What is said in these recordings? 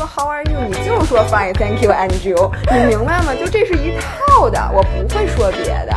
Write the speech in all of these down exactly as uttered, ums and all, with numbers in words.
How are you， 你就说 Fine Thank you and you， 你明白吗？就这是一套的，我不会说别的。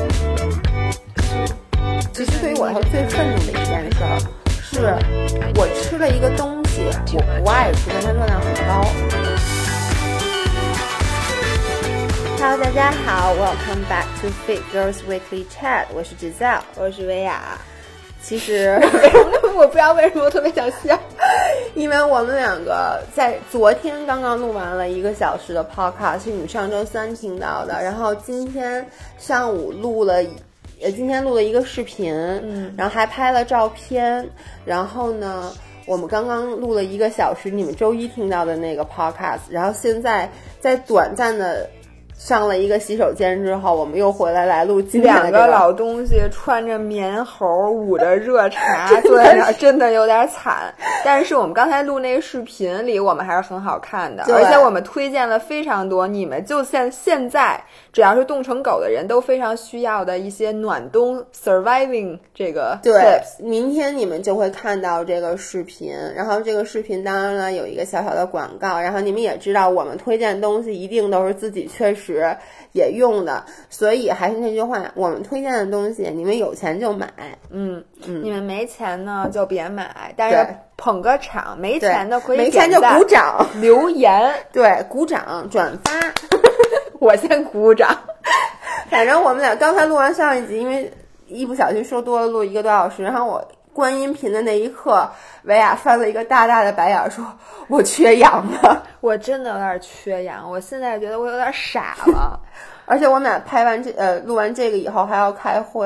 其实对于我来说最愤怒的一件事儿是我吃了一个东西我不爱吃，但它热量很高。Hello， 大家好 ，Welcome back to Fit Girls Weekly Chat， 我是 Giselle， 我是薇娅。 其实我不知道为什么我特别想笑， 因为我们两个在昨天刚刚录完了一个小时的 podcast， 是你们上周三听到的，然后今天上午录了。呃，今天录了一个视频，嗯，然后还拍了照片，然后呢，我们刚刚录了一个小时，你们周一听到的那个 podcast， 然后现在在短暂的上了一个洗手间之后，我们又回来来录今天的、这个。 两个老东西穿着棉猴，捂着热茶，坐在那儿真的有点惨。但是我们刚才录那个视频里，我们还是很好看的，而且我们推荐了非常多你们就现现在只要是冻成狗的人都非常需要的一些暖冬 surviving 这个 tips。 对，明天你们就会看到这个视频，然后这个视频当然了有一个小小的广告，然后你们也知道我们推荐的东西一定都是自己确实也用的，所以还是那句话，我们推荐的东西你们有钱就买， 嗯嗯，你们没钱呢就别买，但是捧个场，没钱的可以没钱就鼓掌留言， 对，鼓掌转发我先鼓掌。 反正我们俩刚才录完上一集，因为一不小心说多了录一个多小时，然后我关音频的那一刻，维亚翻了一个大大的白眼，说我缺氧了。 我真的有点缺氧，我现在觉得我有点傻了。 而且我们俩拍完这呃录完这个以后还要开会，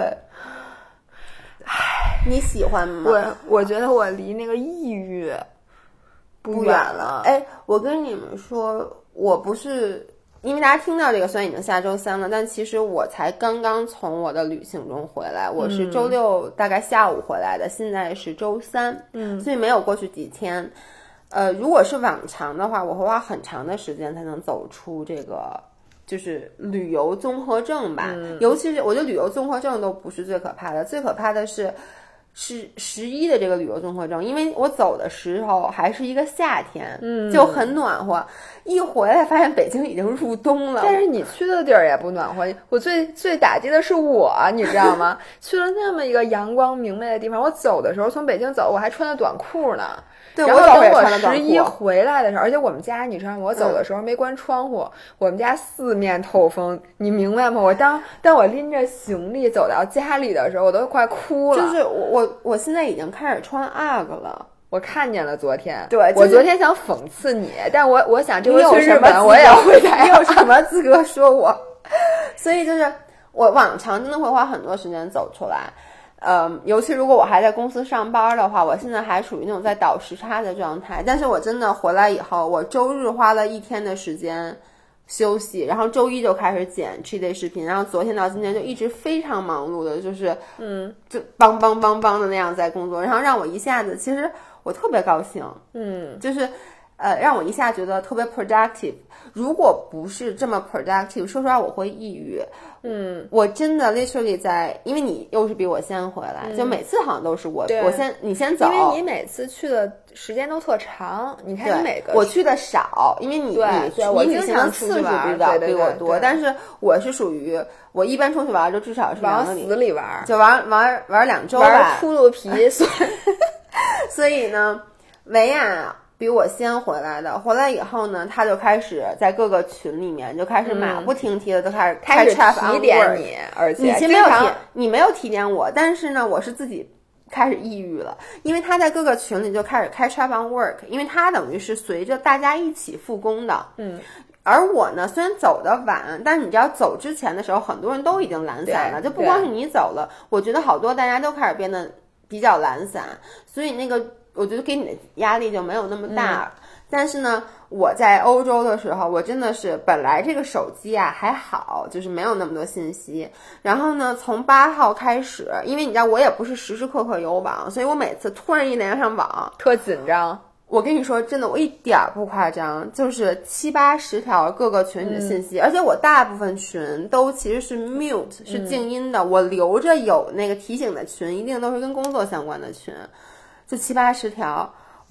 唉，你喜欢吗？ 我我觉得我离那个抑郁不远了。 哎，我跟你们说，我不是因为大家听到这个虽然已经下周三了，但其实我才刚刚从我的旅行中回来，我是周六大概下午回来的，嗯、现在是周三，嗯，所以没有过去几天。呃，如果是往常的话，我会花很长的时间才能走出这个就是旅游综合症吧。嗯、尤其是我觉得旅游综合症都不是最可怕的，最可怕的是是十一的这个旅游综合症，因为我走的时候还是一个夏天，嗯，就很暖和。一回来发现北京已经入冬了。 但是你去的地儿也不暖和，我最最打击的是我，你知道吗？去了那么一个阳光明媚的地方，我走的时候从北京走，我还穿的短裤呢。 对， 然后等我十一我回来的时候，而且我们家你知道吗？我走的时候没关窗户，嗯、我们家四面透风，你明白吗？我当当我拎着行李走到家里的时候，我都快哭了。 就是我我我现在已经开始穿 U G G 了。 我看见了昨天， 对， 我昨天想讽刺你，但我我想这回去日本我也会带。 你有什么资格说我？所以就是我往常真的会花很多时间走出来。嗯，尤其如果我还在公司上班的话，我现在还属于那种在倒时差的状态。但是我真的回来以后，我周日花了一天的时间休息，然后周一就开始剪 cheat day 视频，然后昨天到今天就一直非常忙碌的，就是嗯，就梆梆梆梆的那样在工作，然后让我一下子，其实我特别高兴，嗯，就是呃，让我一下觉得特别 productive。如果不是这么 productive， 说实话我会抑郁。嗯，我真的 literally 在，因为你又是比我先回来，嗯、就每次好像都是我我先你先走， 因为你每次去的时间都特长。你看你每个我去的少，因为你对你对我你旅行的次数比较比我多，但是我是属于我一般出去玩就至少是往死里玩， 就玩玩玩两周吧， 玩秃噜皮。所以所以呢，维亚比我先回来的，回来以后呢，他就开始在各个群里面就开始马不停蹄的都开始开始提点你，而且你其实没有提，你没有提点我，但是呢，我是自己开始抑郁了，因为他在各个群里就开始开 trap on work， 因为他等于是随着大家一起复工的，嗯。而我呢，虽然走得晚，但是你知道走之前的时候，很多人都已经懒散了，就不光是你走了，我觉得好多大家都开始变得比较懒散，所以那个我觉得给你的压力就没有那么大。嗯、但是呢，我在欧洲的时候，我真的是本来这个手机啊还好，就是没有那么多信息。然后呢，从八号开始，因为你知道我也不是时时刻刻有网，所以我每次突然一连上网， 特紧张。 我跟你说真的，我一点不夸张，就是七八十条各个群里的信息、嗯、而且我大部分群都其实是 mute、嗯、是静音的，我留着有那个提醒的群一定都是跟工作相关的群，就七八十条，我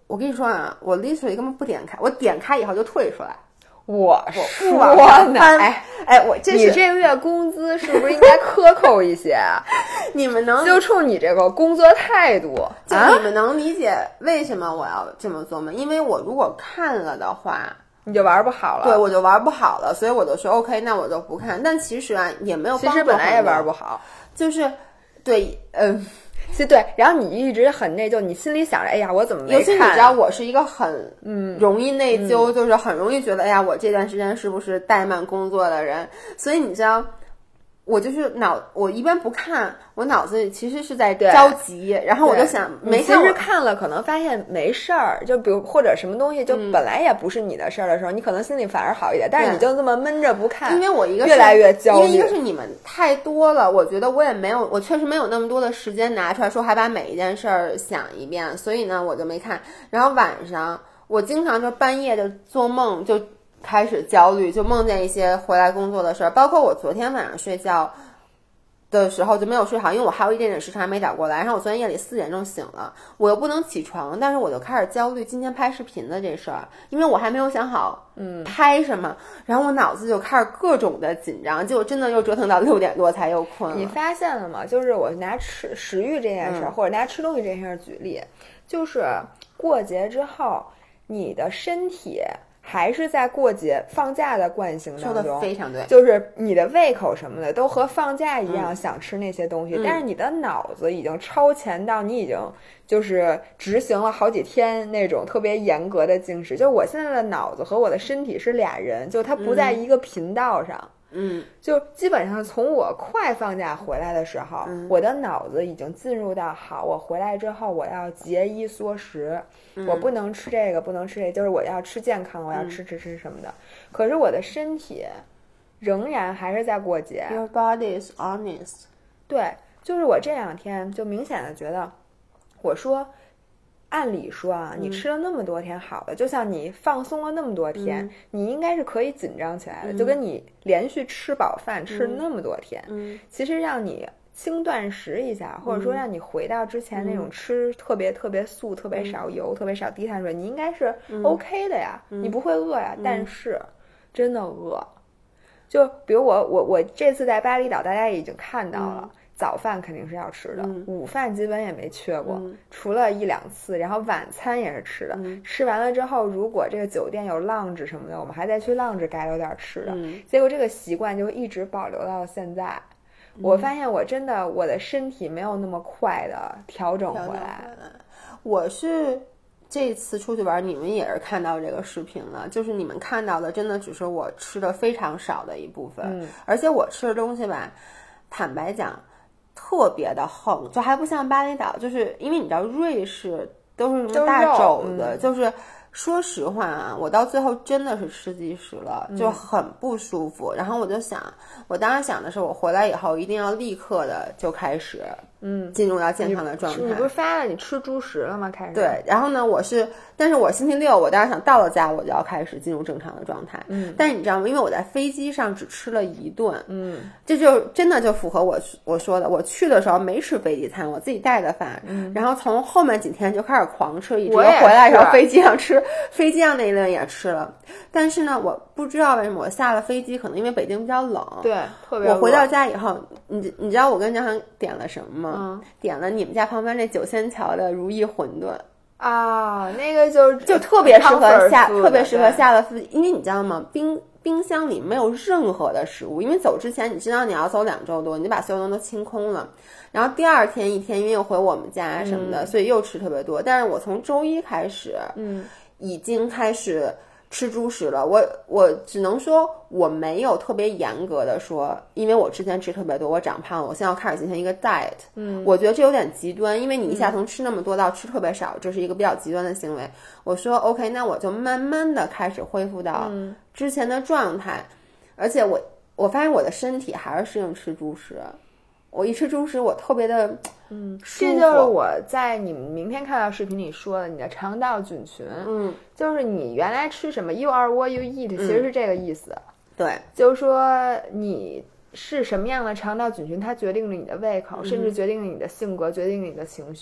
我跟你说啊，我 literally 根本不点开，我点开以后就退出来。 我说呢，哎哎，我这是你这个月工资是不是应该克扣一些？ 你们能就冲你这个工作态度， 就你们能理解为什么我要这么做吗？因为我如果看了的话， 你就玩不好了。 对，我就玩不好了，所以我就说 OK， 那我就不看。但其实啊，也没有帮助。 其实本来也玩不好， 就是对，嗯、呃。 其实对，然后你一直很内疚，你心里想着，哎呀，我怎么没看、啊？ 尤其你知道，我是一个很嗯容易内疚、 嗯， 就是很容易觉得，哎呀，我这段时间是不是怠慢工作的人？所以你知道，我就是脑，我一般不看，我脑子里其实是在着急，然后我就想，没看。 其实看了，可能发现没事儿，就比如或者什么东西，就本来也不是你的事儿的时候，嗯、你可能心里反而好一点。但是你就这么闷着不看， 因为我一个越来越焦虑， 因为一个是你们太多了，我觉得我也没有，我确实没有那么多的时间拿出来说，还把每一件事儿想一遍，所以呢，我就没看。然后晚上我经常就半夜就做梦，就开始焦虑，就梦见一些回来工作的事儿，包括我昨天晚上睡觉的时候就没有睡好，因为我还有一点点时差没倒过来。然后我昨天夜里四点钟醒了，我又不能起床，但是我就开始焦虑今天拍视频的这事儿，因为我还没有想好，嗯，拍什么。然后我脑子就开始各种的紧张，结果真的又折腾到六点多才又困了。 你发现了吗？就是我拿吃食欲这件事儿、嗯，或者拿吃东西这件事儿举例，就是过节之后，你的身体还是在过节放假的惯性当中， 说的非常对， 就是你的胃口什么的都和放假一样想吃那些东西、嗯、但是你的脑子已经超前到你已经就是执行了好几天那种特别严格的禁食，就我现在的脑子和我的身体是俩人，就它不在一个频道上。 嗯， 就基本上从我快放假回来的时候、 嗯、 我的脑子已经进入到好，我回来之后我要节衣缩食、嗯、我不能吃这个不能吃这个，就是我要吃健康，我要吃吃吃什么的、嗯、可是我的身体仍然还是在过节。 Your body is honest。 对，就是我这两天就明显的觉得，我说按理说啊，你吃了那么多天好的、嗯、就像你放松了那么多天、嗯、你应该是可以紧张起来的、嗯、就跟你连续吃饱饭、嗯、吃那么多天、 嗯、 其实让你轻断食一下、嗯、或者说让你回到之前那种吃特别特别素、嗯、特别少油、嗯、特别少低碳水，你应该是 OK 的呀、嗯、你不会饿呀、嗯、但是真的饿。就比如我我我这次在巴厘岛大家也已经看到了、嗯，早饭肯定是要吃的、 嗯、 午饭基本也没缺过、 嗯、 除了一两次，然后晚餐也是吃的、 嗯、 吃完了之后如果这个酒店有 lounge 什么的，我们还再去 lounge 该有点吃的、 嗯、 结果这个习惯就一直保留到现在、嗯、我发现我真的我的身体没有那么快的调整回来。 我是这次出去玩，你们也是看到这个视频了，就是你们看到的真的只是我吃的非常少的一部分、 嗯、 而且我吃的东西吧，坦白讲特别的横，就还不像巴厘岛，就是因为你知道瑞士都是什么大肘子、 嗯、 就是说实话啊，我到最后真的是吃积食了，就很不舒服、嗯、然后我就想，我当时想的是我回来以后一定要立刻的就开始嗯进入到健康的状态。 你不是发了你吃猪食了吗？开始。 对，然后呢我是但是我星期六我当时想到了家我就要开始进入正常的状态。 嗯， 但是你知道吗，因为我在飞机上只吃了一顿， 嗯， 这就真的就符合我我说的，我去的时候没吃飞机餐，我自己带的饭， 嗯， 然后从后面几天就开始狂吃，一直回来的时候飞机上吃，飞机上那一顿也吃了。但是呢我不知道为什么我下了飞机，可能因为北京比较冷， 对，特别我回到家以后，你你知道我跟张涵点了什么吗？ 嗯， 点了你们家旁边那九仙桥的如意馄饨啊，那个就就特别适合下，特别适合下了飞机，因为你知道吗？冰冰箱里没有任何的食物，因为走之前你知道你要走两周多，你就把所有东西都清空了。然后第二天一天，因为又回我们家什么的， 嗯、 所以又吃特别多。但是我从周一开始， 嗯， 已经开始吃猪食了。我我只能说我没有特别严格的说，因为我之前吃特别多，我长胖了，我现在要开始进行一个 diet。 嗯， 我觉得这有点极端，因为你一下从吃那么多到吃特别少，这是一个比较极端的行为。我说 OK， 那我就慢慢的开始恢复到之前的状态，嗯、而且我我发现我的身体还是适应吃猪食。我一吃猪食，我特别的嗯舒服。 这就是我在你们明天看到视频里说的，你的肠道菌群， 嗯， 就是你原来吃什么 ，you are what you eat，、嗯、其实是这个意思。 对， 就是说你是什么样的肠道菌群，它决定了你的胃口， 嗯、 甚至决定了你的性格，决定了你的情绪。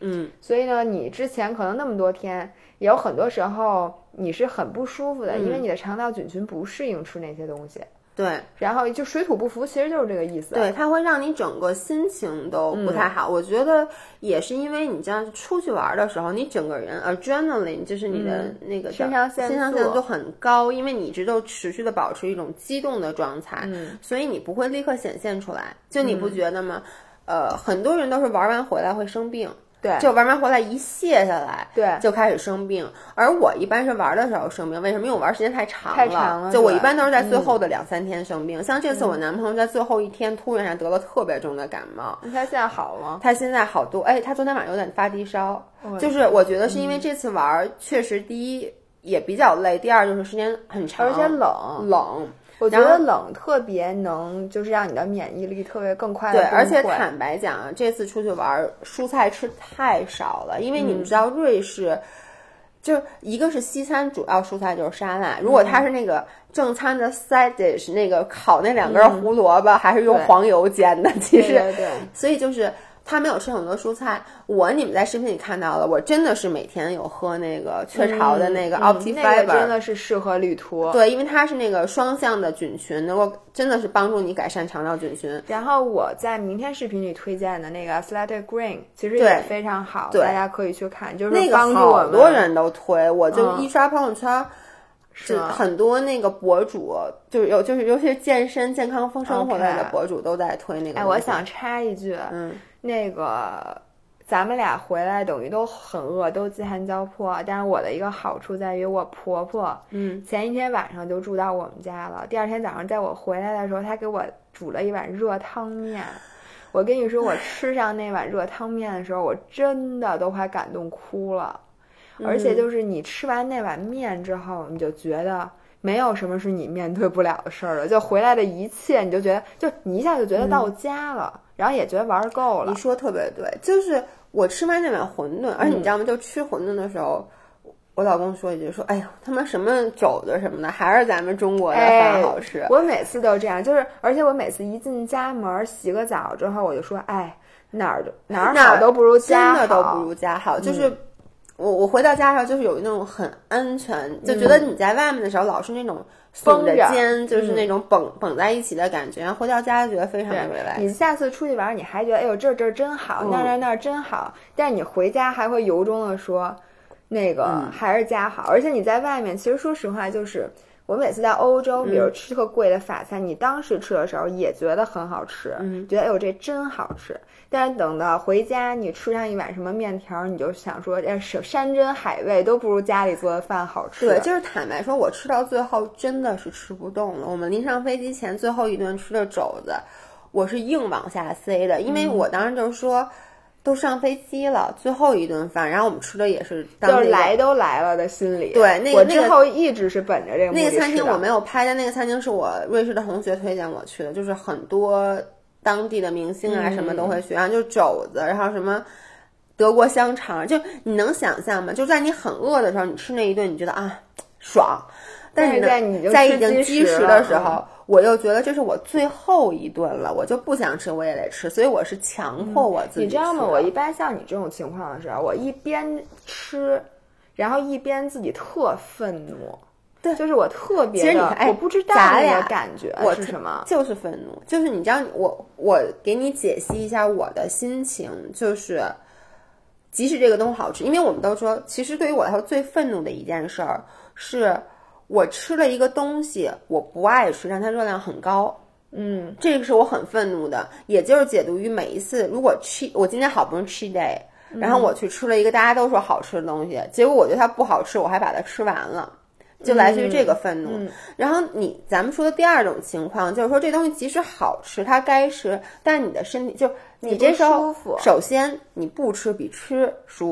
嗯， 所以呢，你之前可能那么多天，也有很多时候你是很不舒服的， 嗯、 因为你的肠道菌群不适应吃那些东西。 对， 然后就水土不服，其实就是这个意思。 对，它会让你整个心情都不太好。嗯、我觉得也是因为你这样出去玩的时候，你整个人 adrenaline 就是你的那个、 嗯、肾上腺肾上腺素很高，因为你一直都持续的保持一种激动的状态， 嗯、 所以你不会立刻显现出来。就你不觉得吗？嗯、呃，很多人都是玩完回来会生病。 对， 就玩完回来一卸下来， 对， 就开始生病。而我一般是玩的时候生病，为什么？因为我玩时间太长了， 太长了。 就我一般都是在最后的两、嗯、三天生病。像这次我男朋友在最后一天突然得了特别重的感冒。 他现在好了吗？ 他现在好多，哎，他昨天晚上有点发低烧。就是我觉得是因为这次玩、嗯、确实第一也比较累，第二就是时间很长， 而且冷冷。 我觉得冷特别能，就是让你的免疫力特别更快的对，而且坦白讲啊，这次出去玩，蔬菜吃太少了，因为你们知道瑞士，嗯、就一个是西餐主要蔬菜就是沙拉，如果它是那个正餐的 side dish，、嗯、那个烤那两根胡萝卜、嗯、还是用黄油煎的，其实， 对对对， 所以就是。他没有吃很多蔬菜，我你们在视频里看到了，我真的是每天有喝那个雀巢的那个 Opti Fiber，、 嗯嗯、那个真的是适合旅途。 对，因为它是那个双向的菌群，能够真的是帮助你改善肠道菌群。 然后我在明天视频里推荐的那个 Athletic Green 其实也非常好，大家可以去看，就是帮助我们。 那个好多人都推，我就一刷朋友圈。嗯是很多那个博主，就是有就是尤其是健身、健康风生活类的博主都在推那个。 哎，我想插一句， 嗯， 那个咱们俩回来等于都很饿，都饥寒交迫。但是我的一个好处在于，我婆婆， 嗯， 前一天晚上就住到我们家了。第二天早上在我回来的时候，她给我煮了一碗热汤面。我跟你说，我吃上那碗热汤面的时候，我真的都快感动哭了。而且就是你吃完那碗面之后，你就觉得没有什么是你面对不了的事儿了。就回来的一切，你就觉得，就你一下就觉得到家了，嗯、然后也觉得玩够了。 你说特别对，就是我吃完那碗馄饨，而且你知道吗？就吃馄饨的时候，我老公说一句说：“哎呦，他妈什么肘子什么的，还是咱们中国的饭好吃。” 哎，我每次都这样，就是而且我每次一进家门洗个澡之后，我就说：“哎，哪儿哪儿好都不如家好， 真的都不如家好。”就是。嗯我我回到家的时候，就是有那种很安全，就觉得你在外面的时候老是那种耸着肩，就是那种绷绷在一起的感觉。然后回到家就觉得非常的 relax。 你下次出去玩，你还觉得哎呦这这真好，那那那真好，但是你回家还会由衷的说，那个还是家好。而且你在外面，其实说实话，就是我每次在欧洲，比如吃特贵的法餐，你当时吃的时候也觉得很好吃，觉得哎呦这真好吃。但是等到回家，你吃上一碗什么面条，你就想说，哎，山珍海味都不如家里做的饭好吃。 对，就是坦白说，我吃到最后真的是吃不动了。我们临上飞机前最后一顿吃的肘子，我是硬往下塞的，因为我当时就是说，都上飞机了，最后一顿饭，然后我们吃的也是当、那个、 就是来都来了的心理。 对，那个我之后一直是本着这个目的那个餐厅我没有拍，但那个餐厅是我瑞士的同学推荐我去的，就是很多。当地的明星啊，什么都会去，然后就肘子，然后什么德国香肠，就你能想象吗？就在你很饿的时候，你吃那一顿，你觉得啊爽，但是在你在已经积食的时候，我又觉得这是我最后一顿了，我就不想吃，我也得吃，所以我是强迫我自己吃、嗯。 你知道吗？我一般像你这种情况的时候，我一边吃，然后一边自己特愤怒。 对， 就是我特别的， 其实你看，哎， 我不知道那个感觉是什么， 就是愤怒，就是你知道，我我给你解析一下我的心情，就是即使这个东西好吃，因为我们都说，其实对于我来说最愤怒的一件事儿，是我吃了一个东西，我不爱吃，但它热量很高， 嗯， 这个是我很愤怒的，也就是解读于每一次，如果吃，我今天好不容易 cheat day，然后我去吃了一个大家都说好吃的东西，结果我觉得它不好吃，我还把它吃完了。就来自于这个愤怒、 嗯嗯、 然后你咱们说的第二种情况就是说这东西即使好吃它该吃，但你的身体就你这时候首先你不吃比吃舒服，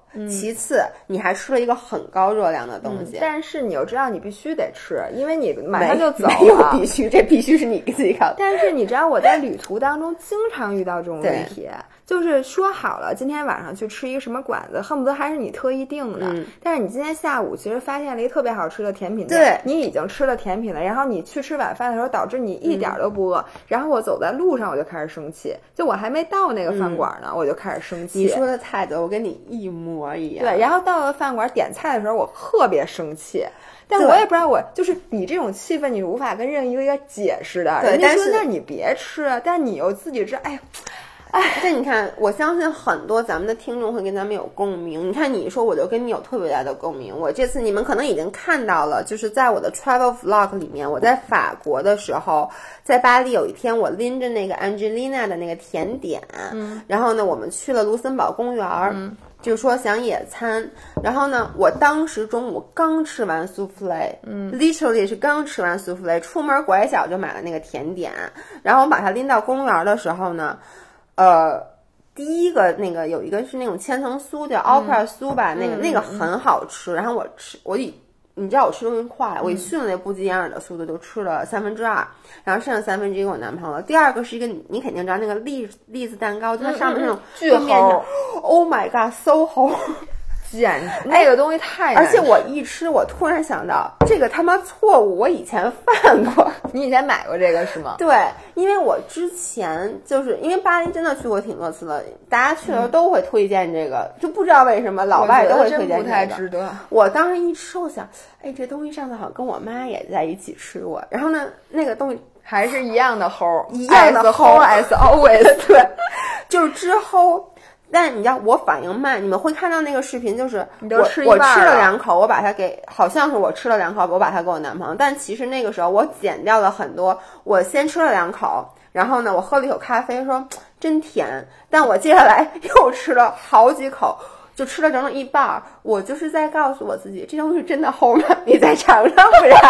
嗯、其次你还吃了一个很高热量的东西、 嗯、但是你又知道你必须得吃，因为你马上就走了。 没有必须，这必须是你自己搞。 但是你知道我在旅途当中经常遇到这种问题，就是说好了今天晚上去吃一个什么馆子，恨不得还是你特意订的、嗯、但是你今天下午其实发现了一个特别好吃的甜品店， 对， 你已经吃了甜品了，然后你去吃晚饭的时候导致你一点都不饿、嗯、然后我走在路上我就开始生气，就我还没到那个饭馆呢、嗯、我就开始生气。 你说的太对，我跟你一模一样。 对，然后到了饭馆点菜的时候我特别生气，但我也不知道，我就是你这种气氛你无法跟任何一个解释的。 对， 人家说但是那你别吃，但你又自己知道，哎呀哎，这你看，我相信很多咱们的听众会跟咱们有共鸣。你看，你说我就跟你有特别大的共鸣。我这次你们可能已经看到了，就是在我的 travel vlog 里面，我在法国的时候，在巴黎有一天，我拎着那个 Angelina 的那个甜点，嗯，然后呢，我们去了卢森堡公园，嗯，就是说想野餐。然后呢，我当时中午刚吃完 souffle， 嗯 ，literally 是刚吃完 souffle， 出门拐角就买了那个甜点，然后我把它拎到公园的时候呢。呃，第一个那个有一个是那种千层酥，叫 opera 酥吧，嗯、那个那个很好吃。然后我吃，我以你知道我吃东西快，我以迅雷不及掩耳的速度就吃了三分之二，然后剩下三分之一给我男朋友。第二个是一个你你肯定知道那个栗栗子蛋糕，就它上面那种巨厚 ，Oh my god，so 厚。 简直那个东西太难吃， 而且我一吃，我突然想到这个他妈错误，我以前犯过。 你以前买过这个是吗？ 对，因为我之前就是因为巴黎真的去过挺多次了，大家去的时候都会推荐这个，嗯、就不知道为什么老外都会推荐这个。 不太值得。 我当时一吃，我想，哎，这东西上次好像跟我妈也在一起吃过，然后呢，那个东西还是一样的齁， 一样的齁 as always， 对，就是之后。但你知道我反应慢，你们会看到那个视频，就是我我吃了两口，我把它给，好像是我吃了两口，我把它给我男朋友，但其实那个时候我减掉了很多，我先吃了两口，然后呢，我喝了一口咖啡，说真甜，但我接下来又吃了好几口，就吃了整整一半，我就是在告诉我自己，这东西真的齁吗？你再尝尝，不然。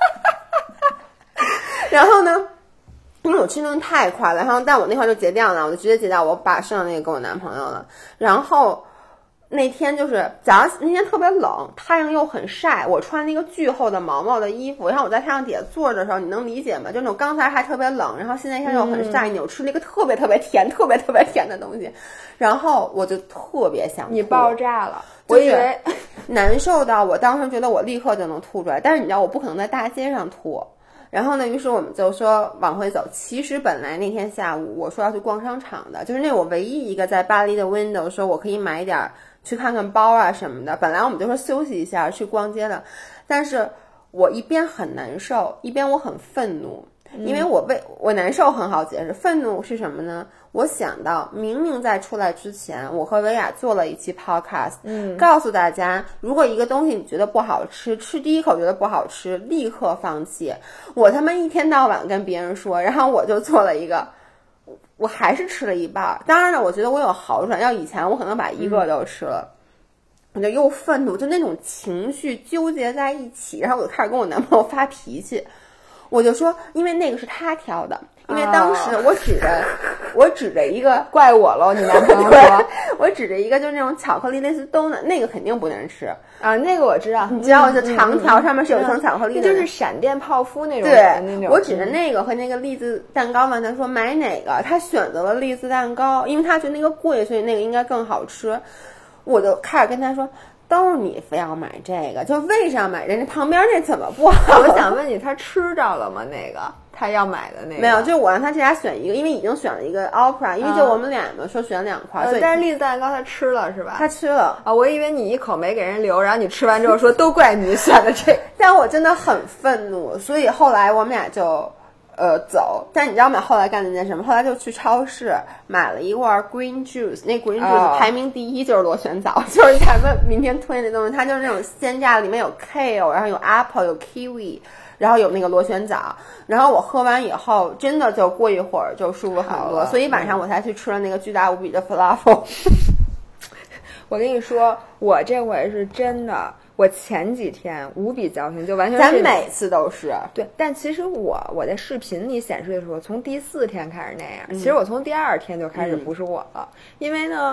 然后呢？因为我吃东西太快了，然后但我那会儿就结掉了，我就直接结掉，我把剩下那个给我男朋友了。然后那天就是早上那天特别冷，太阳又很晒，我穿那个巨厚的毛毛的衣服，然后我在太阳底下坐着的时候，你能理解吗？就那种刚才还特别冷，然后现在天又很晒，你又吃了一个特别特别甜、特别特别甜的东西，然后我就特别想吐， 你爆炸了。 我以为难受到我当时觉得我立刻就能吐出来，但是你知道我不可能在大街上吐。然后呢，于是我们就说往回走。其实本来那天下午我说要去逛商场的，就是那我唯一一个在巴黎的 window 说我可以买点去看看包啊什么的。本来我们就说休息一下去逛街的，但是我一边很难受，一边我很愤怒。因为我为我难受很好解释，愤怒是什么呢？我想到明明在出来之前，我和维亚做了一期 podcast， 嗯，告诉大家，如果一个东西你觉得不好吃，吃第一口觉得不好吃，立刻放弃。我他妈一天到晚跟别人说，然后我就做了一个，我还是吃了一半。当然了，我觉得我有好转，要以前我可能把一个都吃了。嗯，我就又愤怒，就那种情绪纠结在一起，然后我就开始跟我男朋友发脾气。我就说，因为那个是他挑的，因为当时我指着、啊、我指着一个怪我喽，你男朋友说， 我指着一个就是那种巧克力类似冬的那个肯定不能吃啊，那个我知道， 你知道，就长条上面是有一层巧克力的， 就是闪电泡芙那种， 对， 那种。 我指着那个和那个栗子蛋糕问他说买哪个，他选择了栗子蛋糕，因为他觉得那个贵，所以那个应该更好吃。我就开始跟他说。都是你非要买这个，就为啥买人家旁边那怎么不好？ 我想问你，他吃着了吗？那个他要买的那个没有，就是我让他这俩选一个，因为已经选了一个 opera， 因为就我们俩嘛，说选两块。 呃，但是栗子蛋糕他吃了是吧？ 他吃了啊，我以为你一口没给人留，然后你吃完之后说都怪你选的这个， 但我真的很愤怒，所以后来我们俩就。呃，走，但你知道我们后来干了一件什么？后来就去超市买了一罐 green juice， 那 green juice 排名第一就是螺旋藻， oh. 就是咱们明天推那东西，它就是那种鲜榨，里面有 kale， 然后有 apple， 有 kiwi， 然后有那个螺旋藻。然后我喝完以后，真的就过一会儿就舒服很多，所以晚上我才去吃了那个巨大无比的 falafel。 我跟你说，我这回是真的。我前几天无比教训，就完全咱每次都是对，但其实我我在视频里显示的时候，从第四天开始那样，嗯、其实我从第二天就开始不是我了，嗯、因为呢，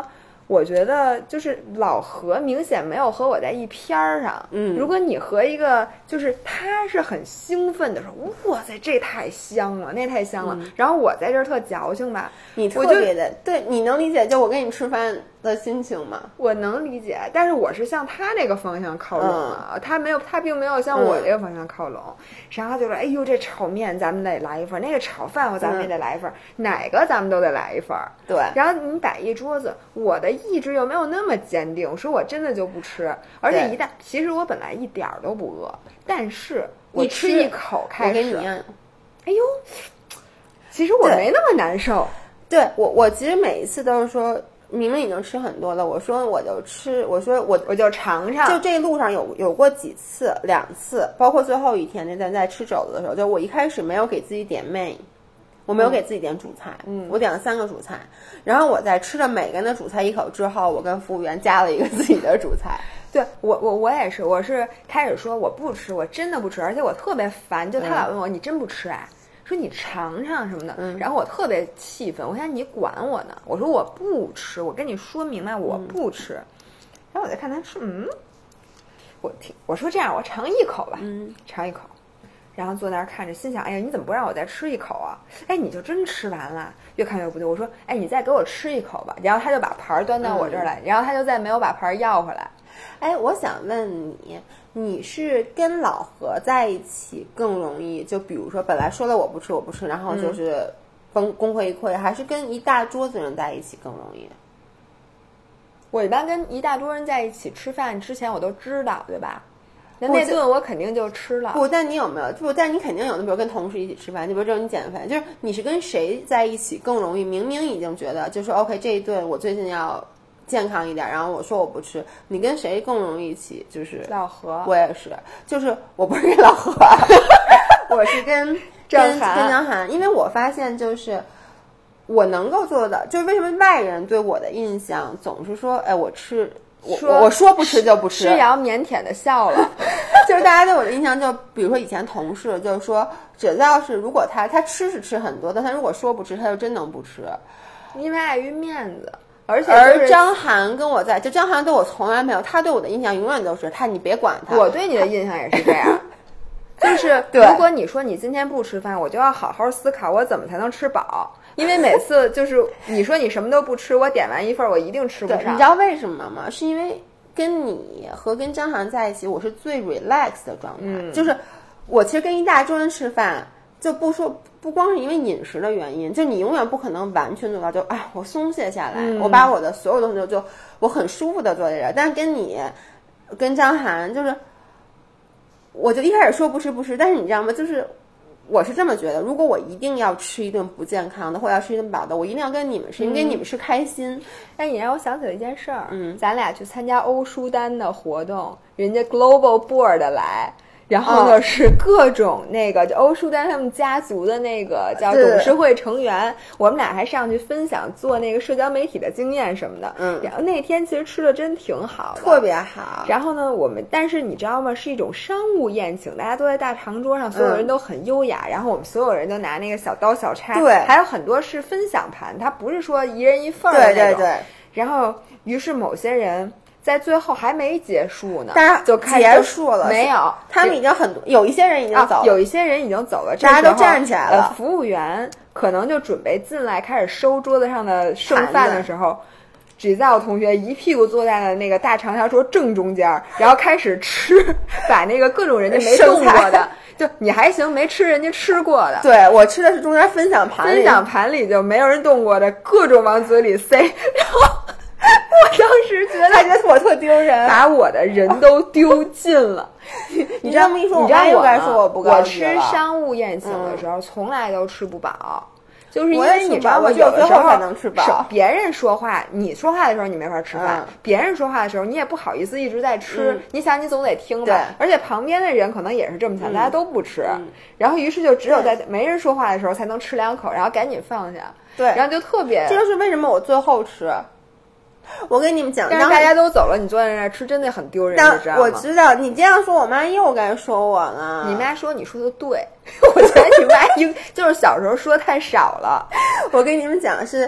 我觉得就是老何明显没有和我在一篇儿上。 嗯， 如果你和一个就是他是很兴奋的说，哇塞，这太香了，那太香了， 嗯、 然后我在这儿特矫情吧， 你特别的，对，你能理解就我跟你吃饭的心情吗？ 我能理解，但是我是向他那个方向靠拢啊，嗯、他没有，他并没有向我这个方向靠拢。嗯、然后他就说：“哎呦，这炒面咱们得来一份，那个炒饭咱们也得来一份，嗯、哪个咱们都得来一份。” 对。 然后你摆一桌子，我的意志又没有那么坚定，说我真的就不吃，而且一旦其实我本来一点儿都不饿，但是我吃一口开始， 我给你一样， 哎呦，其实我没那么难受。 对我，我其实每一次都是说。明明已经吃很多了，我说我就吃，我说我我就尝尝。 就这路上有有过几次，两次，包括最后一天那咱在吃肘子的时候，就我一开始没有给自己点 main， 我没有给自己点主菜， 嗯， 我点了三个主菜，然后我在吃了每个人的主菜一口之后，我跟服务员加了一个自己的主菜。 对我我我也是，我是开始说我不吃，我真的不吃，而且我特别烦，就他老问我、嗯、你真不吃啊？说你尝尝什么的， 嗯、 然后我特别气愤，我想你管我呢，我说我不吃，我跟你说明白我不吃，嗯、然后我再看他吃，嗯，我听我说这样，我尝一口吧， 嗯， 尝一口，然后坐那儿看着，心想，哎呀，你怎么不让我再吃一口啊？哎，你就真吃完了，越看越不对，我说，哎，你再给我吃一口吧，然后他就把盘端到我这儿来， 嗯、 然后他就再没有把盘要回来。 哎，我想问你，你是跟老何在一起更容易？就比如说，本来说了我不吃，我不吃，然后就是崩功亏一篑，还是跟一大桌子人在一起更容易？ 我一般跟一大桌人在一起吃饭之前，我都知道，对吧？那那顿我肯定就吃了。 不，但你有没有？不，但你肯定有的，比如跟同事一起吃饭，就比如这种你减肥，就是你是跟谁在一起更容易？明明已经觉得就是 OK， 这一顿我最近要健康一点，然后我说我不吃，你跟谁更容易一起？就是老何， 我也是，就是我不是跟老何，我是跟张涵， 跟张涵，因为我发现就是我能够做的，就是为什么外人对我的印象总是说，哎，我吃。我说我说不吃就不吃， 施瑶腼腆的笑了， 就是大家对我的印象就，比如说以前同事就是说，只要是如果他他吃是吃很多，但他如果说不吃，他就真能不吃， 因为碍于面子。而且、 就是、而张涵跟我在，就张涵对我从来没有，他对我的印象永远都是他，你别管他。 我对你的印象也是这样，就是如果你说你今天不吃饭，我就要好好思考我怎么才能吃饱。因为每次就是你说你什么都不吃，我点完一份我一定吃不上。 你知道为什么吗？是因为跟你和跟张涵在一起，我是最 relax 的状态、 嗯、 就是我其实跟一大桌人吃饭，就不说不光是因为饮食的原因，就你永远不可能完全做到就哎我松懈下来、嗯、我把我的所有东西就我很舒服的坐在这儿。但是跟你跟张涵就是我就一开始说不吃不吃，但是你知道吗，就是我是这么觉得，如果我一定要吃一顿不健康的，或者要吃一顿饱的，我一定要跟你们吃，因为你们是开心。 哎、嗯，你让我想起了一件事儿， 嗯， 咱俩去参加欧舒丹的活动，人家 Global Board 来，然后呢、哦、是各种那个就欧舒丹他们家族的那个叫董事会成员，我们俩还上去分享做那个社交媒体的经验什么的。 嗯， 然后那天其实吃的真挺好的， 特别好。 然后呢，我们但是你知道吗？是一种商务宴请，大家都在大长桌上，所有人都很优雅。嗯、然后我们所有人都拿那个小刀小叉， 对， 还有很多是分享盘，它不是说一人一份儿的那种。 对对对。 然后，于是某些人。在最后还没结束呢， 大家就开结束了， 没有？ 他们已经很多，有一些人已经走了、 啊，有一些人已经走了， 大家都站起来了、 呃。服务员可能就准备进来开始收桌子上的剩饭的时候，只在我同学一屁股坐在了那个大长条桌正中间，然后开始吃，把那个各种人家没动过的，就你还行，没吃人家吃过的。 对，我吃的是中间分享盘里， 分享盘里就没有人动过的，各种往嘴里塞，然后。我当时觉得， 他觉得我特丢人， 把我的人都丢尽了。 你这么一说， 你知道我该说我不高兴了。我吃商务宴请的时候，嗯、从来都吃不饱，就是因为你知道吗？有的时候能吃饱， 别人说话，你说话的时候你没法吃饭； 嗯、 别人说话的时候，你也不好意思一直在吃。 嗯、 你想，你总得听吧？而且旁边的人可能也是这么想， 嗯、 大家都不吃， 嗯、 然后于是就只有在没人说话的时候才能吃两口，然后赶紧放下。 对， 然后就特别， 这就是为什么我最后吃。我跟你们讲， 但是大家都走了，你坐在那儿吃真的很丢人，你知道吗？ 我知道你这样说，我妈又该说我了。 你妈说你说的对，我觉得你妈应就是小时候说太少了。 我跟你们讲是，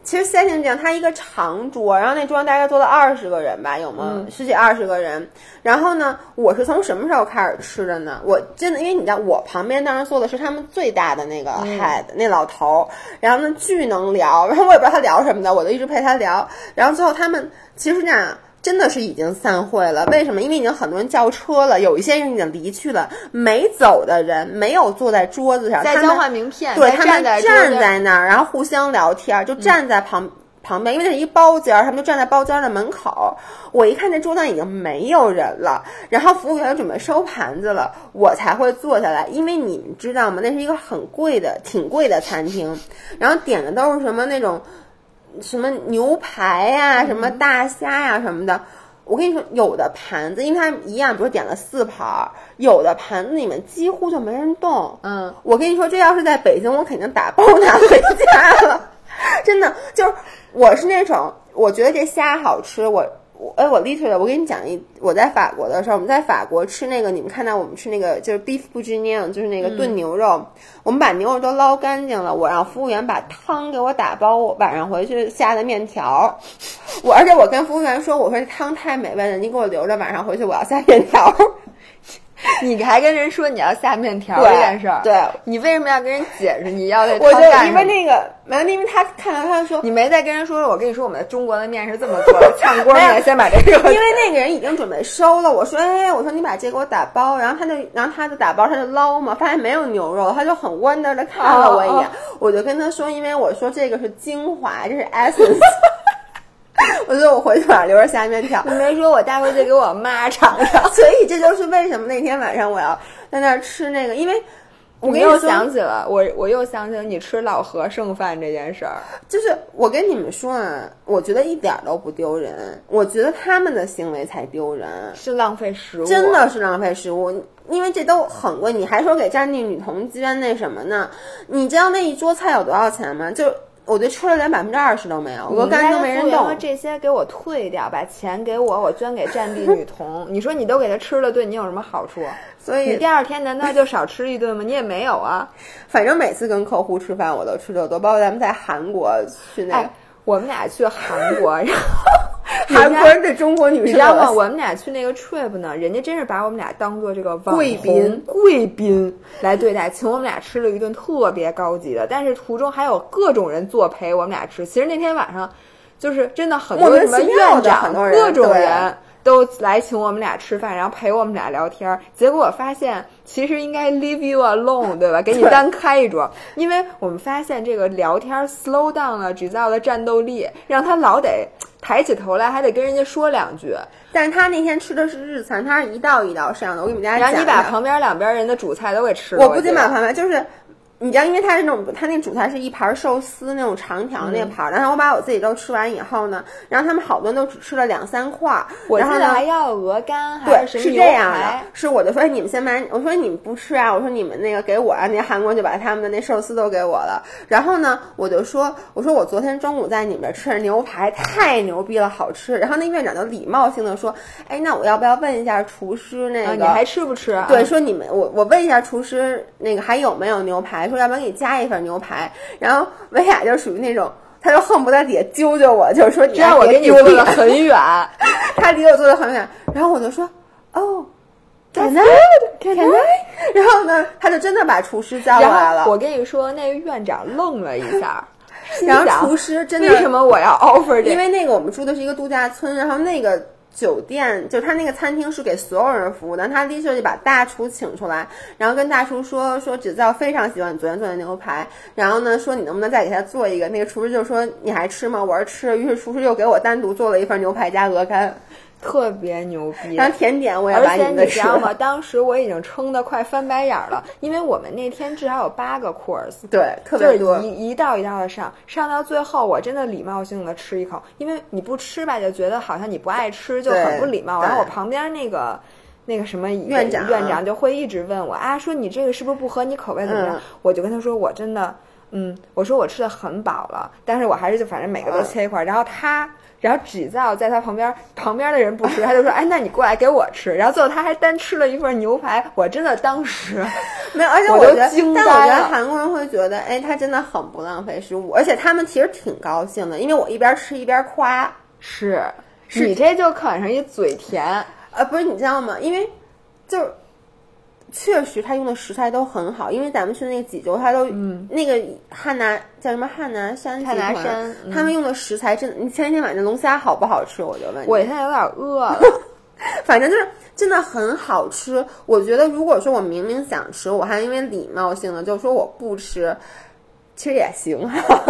其实 setting 这样，它一个长桌，然后那桌上大概坐了二十个人吧，有吗？嗯、十几二十个人。然后呢，我是从什么时候开始吃的呢？我真的，因为你知道，我旁边当时坐的是他们最大的那个 head、嗯、那老头，然后呢巨能聊，然后我也不知道他聊什么的，我就一直陪他聊。然后最后他们其实是这样。真的是已经散会了，为什么？因为已经很多人叫车了，有一些人已经离去了，没走的人没有坐在桌子上， 在交换名片， 对，他们站在那儿，然后互相聊天，就站在旁、嗯、旁边，因为那是一包间，他们就站在包间的门口。我一看这桌上已经没有人了，然后服务员准备收盘子了，我才会坐下来，因为你们知道吗？那是一个很贵的、挺贵的餐厅，然后点的都是什么那种。什么牛排呀、啊，什么大虾呀、啊、什么的，我跟你说，有的盘子，因为它一样，比如点了四盘，有的盘子里面几乎就没人动。 嗯， 我跟你说，这要是在北京，我肯定打包拿回家了。真的，就是我是那种，我觉得这虾好吃，我。我哎，我 literally， 我跟你讲一，我在法国的时候，我们在法国吃那个，你们看到我们吃那个就是 beef bourguignon， 就是那个炖牛肉，嗯、我们把牛肉都捞干净了，我让服务员把汤给我打包，我晚上回去下的面条。我而且我跟服务员说，我说这汤太美味了，你给我留着，晚上回去我要下面条。 你还跟人说你要下面条这件事儿， 对， 你为什么要跟人解释你要这汤干什么？我就因为那个，没有，因为他看到他说， 你没再跟人说，我跟你说我们中国的面是这么做的，炝锅面先把这个， 因为那个人已经准备收了，我说，哎，我说你把这给我打包，然后他就，然后他就打包，他就捞嘛，发现没有牛肉，他就很 wonder 的看了我一眼，哦哦我就跟他说，因为我说这个是精华，这是 essence。我说我回去晚上留着下面条， 你没说我带回去给我妈尝尝， 所以这就是为什么那天晚上我要在那儿吃那个，因为我跟你又想起了我，我又想起了你吃老何剩饭这件事儿。 就是我跟你们说啊，我觉得一点都不丢人，我觉得他们的行为才丢人， 是浪费食物， 真的是浪费食物。因为这都很贵，你还说给战地女童捐那什么呢？你知道那一桌菜有多少钱吗？就我对吃了连百分之二十都没有，我干都没人动。 这些给我退掉，把钱给我，我捐给战地女童。你说你都给他吃了顿，你有什么好处？ 所以你第二天难道就少吃一顿吗？你也没有啊。 反正每次跟客户吃饭，我都吃的多，包括咱们在韩国去那个， 哎、我们俩去韩国，然后韩国人对中国女生， 你知道吗？我们俩去那个 trip 呢，人家真是把我们俩当做这个贵宾贵宾来对待，请我们俩吃了一顿特别高级的，但是途中还有各种人作陪我们俩吃。其实那天晚上就是真的很多什么院长各种人都来请我们俩吃饭，然后陪我们俩聊天。结果我发现其实应该 leave you alone， 对吧？给你单开一桌，因为我们发现这个聊天 slow down 了制造的战斗力，让他老得抬起头来，还得跟人家说两句。 但是他那天吃的是日餐，他是一道一道上的。我给你们家讲， 然后你把旁边两边人的主菜都给吃了。 我不仅把旁边就是。你知道，因为它是那种，它那主菜是一盘寿司那种长条那盘，嗯、然后我把我自己都吃完以后呢，然后他们好多人都只吃了两三块， 我然后呢还要鹅肝， 对， 是是这样的，是我就说你们先把，我说你们不吃啊，我说你们那个给我啊，那韩国就把他们的那寿司都给我了，然后呢，我就说，我说我昨天中午在你们这吃的牛排太牛逼了，好吃，然后那院长就礼貌性的说，哎，那我要不要问一下厨师那个，啊、 你还吃不吃、啊？ 对，说你们我我问一下厨师那个还有没有牛排，说要不然给你加一份牛排，然后维亚就属于那种，他就恨不得底下揪揪我，就是说你让我给你坐得很远， 他离我坐得很远，然后我就说哦 ，can I can I， 然后呢，他就真的把厨师叫过来了。 我跟你说，那个院长愣了一下， 然后厨师真的为什么我要 offer 这个？ 因为那个我们住的是一个度假村，然后那个。酒店就他那个餐厅是给所有人服务的，他立刻就把大厨请出来，然后跟大厨说说指教非常喜欢你昨天做的牛排，然后呢说你能不能再给他做一个，那个厨师就说你还吃吗？我说吃，于是厨师又给我单独做了一份牛排加鹅肝。 特别牛逼， 然后甜点我也把你的吃了。 而且你知道吗？当时我已经撑得快翻白眼了，因为我们那天至少有八个 course， 对，特别多， 就是一一道一道的上，上到最后我真的礼貌性的吃一口，因为你不吃吧，就觉得好像你不爱吃，就很不礼貌。然后我旁边那个那个什么院长院长就会一直问我啊，说你这个是不是不合你口味怎么样？嗯、我就跟他说我真的。嗯，我说我吃的很饱了，但是我还是就反正每个都切一块，嗯、然后他然后只造在他旁边，旁边的人不吃，他就说：“哎，那你过来给我吃。”然后最后他还单吃了一份牛排，我真的当时没有，而且我觉得， 惊但我觉得呆了。 韩国人会觉得，哎，他真的很不浪费食物，而且他们其实挺高兴的，因为我一边吃一边夸。 是，你这就可上一嘴甜。 呃，不是，你知道吗？因为就是确实他用的食材都很好，因为咱们去那个济州，他都、嗯、那个汉拿叫什么汉拿山集团， 汉拿山、 嗯，他们用的食材真的，你前一天晚上龙虾好不好吃？我就问你。 我现在有点饿了， 反正就是真的很好吃。我觉得如果说我明明想吃，我还因为礼貌性的就说我不吃，其实也行。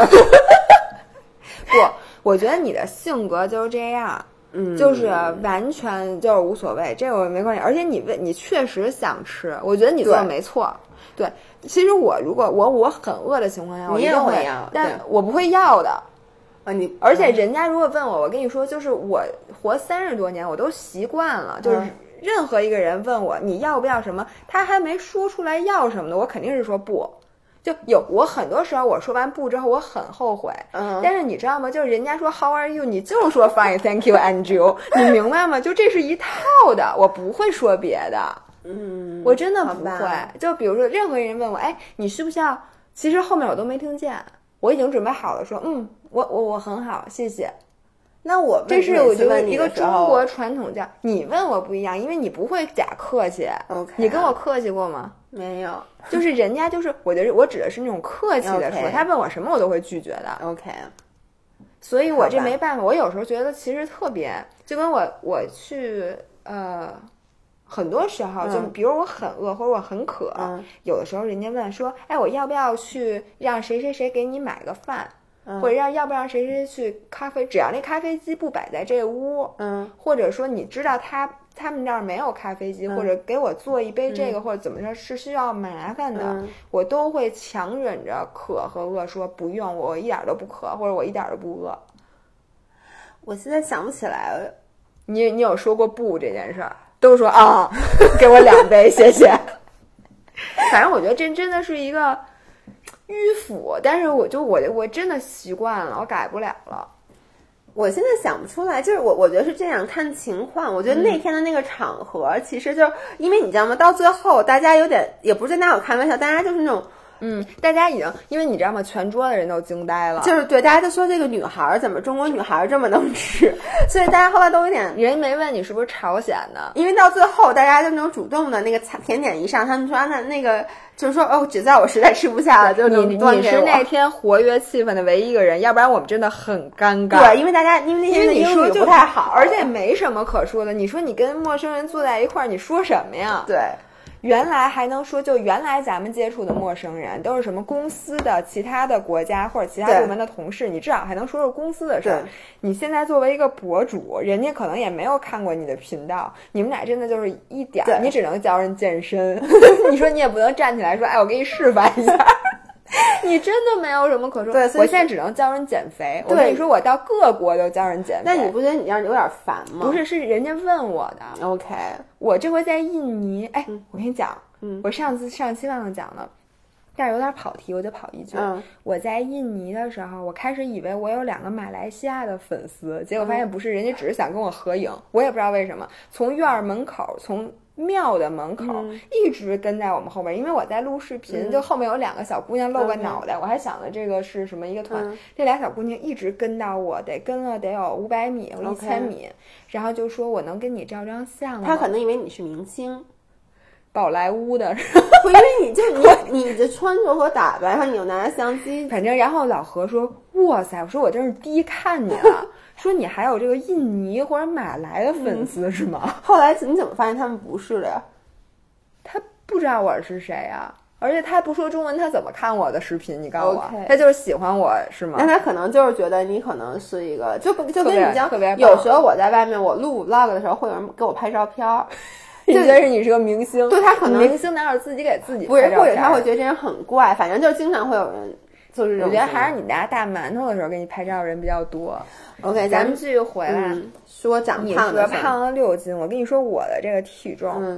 不，我觉得你的性格就是这样。嗯，就是完全就是无所谓，这个没关系。而且你问你确实想吃，我觉得你做的没错。对，其实我如果我我很饿的情况下，我一定会要， 但我不会要的。 啊，你而且人家如果问我，我跟你说，就是我活三十多年，我都习惯了，就是任何一个人问我你要不要什么，他还没说出来要什么的，我肯定是说不。就有我很多时候我说完不之后我很后悔，嗯，但是你知道吗？就是人家说 How are you， 你就说 Fine Thank you and you， 你明白吗？就这是一套的，我不会说别的， 嗯， 我真的不会。就比如说任何人问我，哎，你需不需要？其实后面我都没听见，我已经准备好了，说嗯，我我我很好，谢谢。 那我这是我觉得一个中国传统叫你问我不一样，因为你不会假客气。 OK， 你跟我客气过吗？ 没有， 就是人家就是我觉得我指的是那种客气的说， okay， 他问我什么我都会拒绝的。 OK， 所以我这没办法。我有时候觉得其实特别，就跟我我去呃，很多时候就比如我很饿或者我很渴， 嗯， 有的时候人家问说，哎，我要不要去让谁谁谁给你买个饭？或者让要不让谁谁去咖啡，只要那咖啡机不摆在这屋， 嗯， 或者说你知道他他们这儿没有咖啡机， 嗯， 或者给我做一杯这个， 嗯， 或者怎么着是需要麻烦的， 嗯， 我都会强忍着渴和饿说不用，我一点都不渴，或者我一点都不饿。 我现在想不起来了， 你你有说过不这件事儿？都说啊，给我两杯，谢谢。反正我觉得这真的是一个迂腐，但是我就我我真的习惯了，我改不了了。 我现在想不出来，就是我我觉得是这样，看情况。我觉得那天的那个场合，嗯，其实就因为你知道吗？到最后大家有点也不是拿我开玩笑，大家就是那种。 嗯，大家已经，因为你知道吗？全桌的人都惊呆了， 就是对大家都说这个女孩怎么中国女孩这么能吃，所以大家后来都有点。 人没问你是不是朝鲜的， 因为到最后大家就那种主动的那个甜点一上，他们说那那个就是说哦，只在我实在吃不下了，就你端给我。 你是那天活跃气氛的唯一一个人，要不然我们真的很尴尬。 对，因为大家因为那天的英语不太好， 而且没什么可说的。你说你跟陌生人坐在一块儿，你说什么呀？ 对。 原来还能说，就原来咱们接触的陌生人都是什么公司的其他的国家或者其他部门的同事，你至少还能说说公司的事儿。你现在作为一个博主，人家可能也没有看过你的频道，你们俩真的就是一点，你只能教人健身。你说你也不能站起来说，哎，我给你示范一下。你真的没有什么可说。 对， 我现在只能教人减肥。我跟你说，我到各国都教人减肥。 那你不觉得你这样有点烦吗？ 不是，是人家问我的。 OK， 我这回在印尼，哎， 嗯， 我跟你讲， 嗯， 我上次上期忘了讲了，但是有点跑题，我就跑一句。 嗯， 我在印尼的时候，我开始以为我有两个马来西亚的粉丝，结果发现不是，人家只是想跟我合影。我也不知道为什么，从院门口，从庙的门口， 嗯， 一直跟在我们后边，因为我在录视频， 嗯， 就后面有两个小姑娘露个脑袋， 嗯， 我还想着这个是什么一个团， 嗯， 这俩小姑娘一直跟到我，得跟了得有五百米或一千米， okay， 然后就说我能跟你照张相吗？ 他可能以为你是明星。 宝莱坞的， 不，因为你就你你的穿着和打扮，然后你又拿着相机， 反正然后老何说，哇塞，我说我真是第一看你了，说你还有这个印尼或者马来的粉丝，嗯，是吗？ 后来你怎么发现他们不是的呀？ 他不知道我是谁呀，而且他不说中文，他怎么看我的视频？你告诉我， okay， 他就是喜欢我是吗？ 那他可能就是觉得你可能是一个，就就跟你讲， 特别有时候我在外面我录 vlog 的时候，会有人给我拍照片。 就觉得是你是个明星， 对，他可能明星哪有自己给自己不是，或者他会觉得这人很怪，反正就经常会有人就是这种。 我觉得还是你拿大馒头的时候给你拍照的人比较多。 OK， 咱们继续回来， 嗯，说长胖你说胖了六斤，我跟你说我的这个体重， 嗯，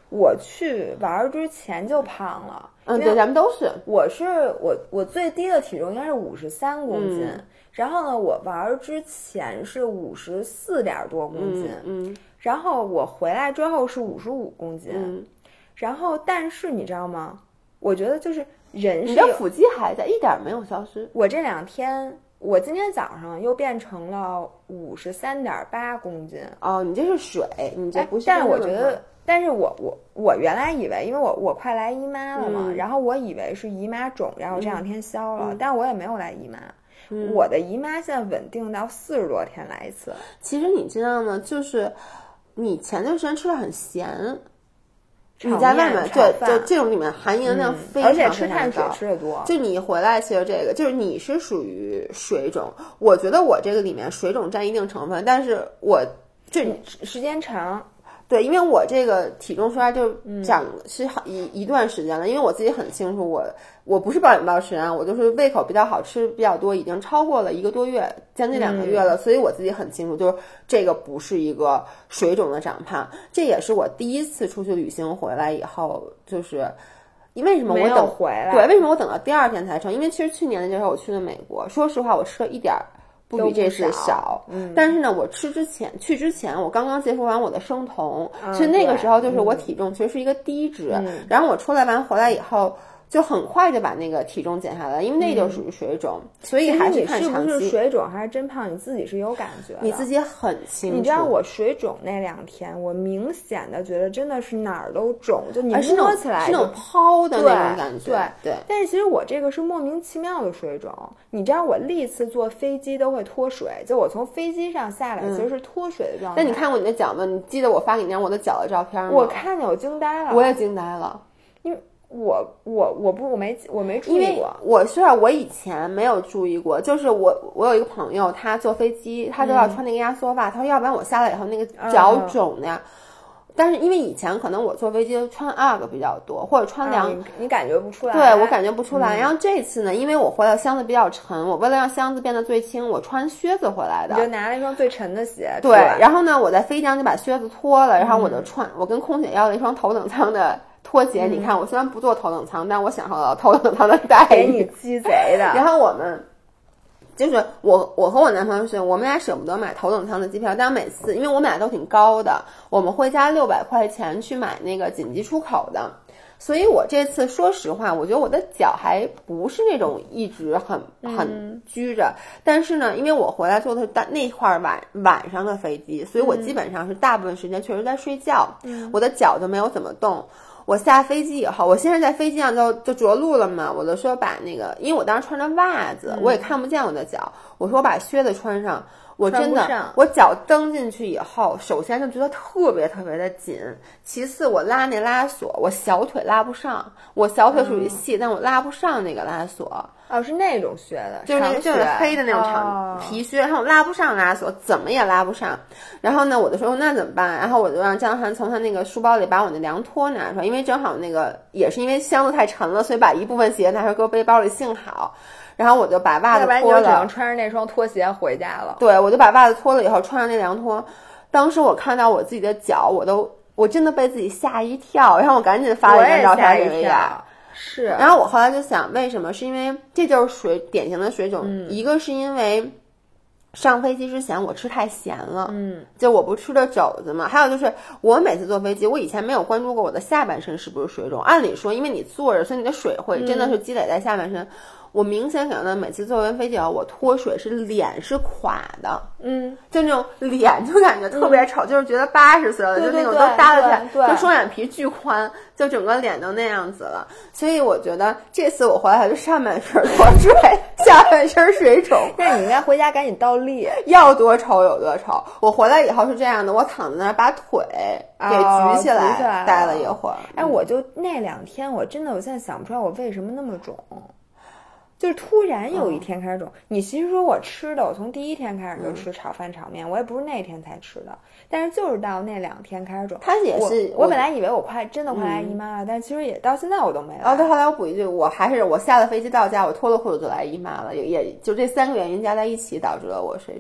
我去玩之前就胖了。 嗯，对，咱们都是。 我是我我最低的体重应该是五十三公斤、嗯，然后呢，我玩之前是五十四点多公斤， 嗯，嗯然后我回来之后是五十五公斤， 嗯， 然后但是你知道吗？我觉得就是人是你的腹肌还在，一点没有消失。 我这两天，我今天早上又变成了五十三点八公斤。 哦，你这是水，你这不是、 哎。但是我觉得。但是我我我原来以为，因为我我快来姨妈了嘛、 嗯， 然后我以为是姨妈肿，然后这两天消了， 嗯、 但我也没有来姨妈、 嗯， 我的姨妈现在稳定到四十多天来一次。 其实你知道吗？就是你前段时间吃的很咸，你在外面对，就这种里面含盐量非常非常高、嗯、 而且吃碳水吃的多。 就你回来其实这个就是你是属于水肿，我觉得我这个里面水肿占一定成分，但是我就时间长。 对，因为我这个体重衰就长是好一、嗯、一段时间了，因为我自己很清楚，我我不是暴饮暴食啊，我就是胃口比较好，吃比较多，已经超过了一个多月，将近两个月了、嗯，所以我自己很清楚，就是这个不是一个水肿的长胖，这也是我第一次出去旅行回来以后，就是因为什么我等回来， 对，为什么我等到第二天才称？因为其实去年的时候我去了美国，说实话，我吃了一点儿。不比这是少， 嗯， 但是呢，我吃之前去之前，我刚刚结束完我的生酮，嗯、所以那个时候就是我体重其实是一个低值， 嗯、 然后我出来完回来以后，就很快就把那个体重减下来，因为那就属于水肿，嗯、所以还是看长期。 是不是水肿还是真胖，你自己是有感觉的， 你自己很清楚。 你知道我水肿那两天，我明显的觉得真的是哪儿都肿，就你摸起来是那种泡的那种感觉， 对对, 对。 但是其实我这个是莫名其妙的水肿，你知道我历次坐飞机都会脱水，就我从飞机上下来其实是脱水的状态。 那、嗯、你看过你的脚吗？你记得我发给你张我的脚的照片吗？ 我看见我惊呆了， 我也惊呆了， 因为。我我我不我没我没注意过， 我虽然我以前没有注意过，就是我我有一个朋友，他坐飞机他都要穿那个压缩袜、嗯，他说要不然我下来以后那个脚肿的呀。嗯、但是因为以前可能我坐飞机穿 U G G 比较多，或者穿凉、 嗯，你感觉不出来， 对我感觉不出来、 嗯。 然后这次呢，因为我回来箱子比较沉，我为了让箱子变得最轻，我穿靴子回来的， 你就拿了一双最沉的鞋。 对，然后呢，我在飞机上就把靴子脱了，然后我就穿，嗯、我跟空姐要了一双头等舱的。拖鞋，你看，我虽然不坐头等舱，但我享受到头等舱的待遇。 给你鸡贼的。 然后我们就是我，我和我男朋友是，我们俩舍不得买头等舱的机票，但每次因为我们俩都挺高的，我们会加六百块钱去买那个紧急出口的。所以我这次说实话，我觉得我的脚还不是那种一直很很拘着、嗯，但是呢，因为我回来坐的是那块晚晚上的飞机，所以我基本上是大部分时间确实在睡觉，嗯、我的脚就没有怎么动。我下飞机以后，我先是在飞机上就就着陆了嘛，我就说把那个，因为我当时穿着袜子，我也看不见我的脚，我说我把靴子穿上。我真的，我脚蹬进去以后，首先就觉得特别特别的紧，其次我拉那拉锁，我小腿拉不上，我小腿属于细、嗯，但我拉不上那个拉锁。 哦，是那种靴的， 就是那个就是黑的那种长皮靴、哦，然后我拉不上拉锁，怎么也拉不上。然后呢，我就说那怎么办？然后我就让张涵从他那个书包里把我那凉拖拿出来，因为正好那个也是因为箱子太沉了，所以把一部分鞋拿出来搁背包里，幸好。然后我就把袜子脱了，要不然你就只能穿着那双拖鞋回家了。 对，我就把袜子脱了以后，穿上那凉拖。当时我看到我自己的脚，我都我真的被自己吓一跳，然后我赶紧发了一张照片给薇娅。 是。 然后我后来就想，为什么？是因为这就是水典型的水肿、嗯，一个是因为上飞机之前我吃太咸了， 嗯， 就我不吃的肘子嘛。还有就是我每次坐飞机，我以前没有关注过我的下半身是不是水肿。按理说，因为你坐着，所以你的水会真的是积累在下半身。嗯，我明显感觉到每次坐完飞机后，我脱水是脸是垮的， 嗯， 就那种脸就感觉特别丑，嗯、就是觉得八十岁了，就那种都耷拉起来，就双眼皮巨宽，就整个脸都那样子了。所以我觉得这次我回来就上半身脱水，下半身水肿。 那你应该回家赶紧倒立， 要多丑有多丑。我回来以后是这样的，我躺在那儿把腿给举起来， 哦、起来待了一会儿。 哎，我就那两天，我真的我现在想不出来我为什么那么肿。就是突然有一天开始肿、嗯，你其实说我吃的，我从第一天开始就吃炒饭炒面、嗯，我也不是那天才吃的，但是就是到那两天开始肿。 他也是， 我, 我本来以为我快真的快来姨妈了、嗯，但其实也到现在我都没来。 哦，对，后来我补一句，我还是我下了飞机到家，我脱了裤子就来姨妈了，也也就这三个原因加在一起导致了我水肿。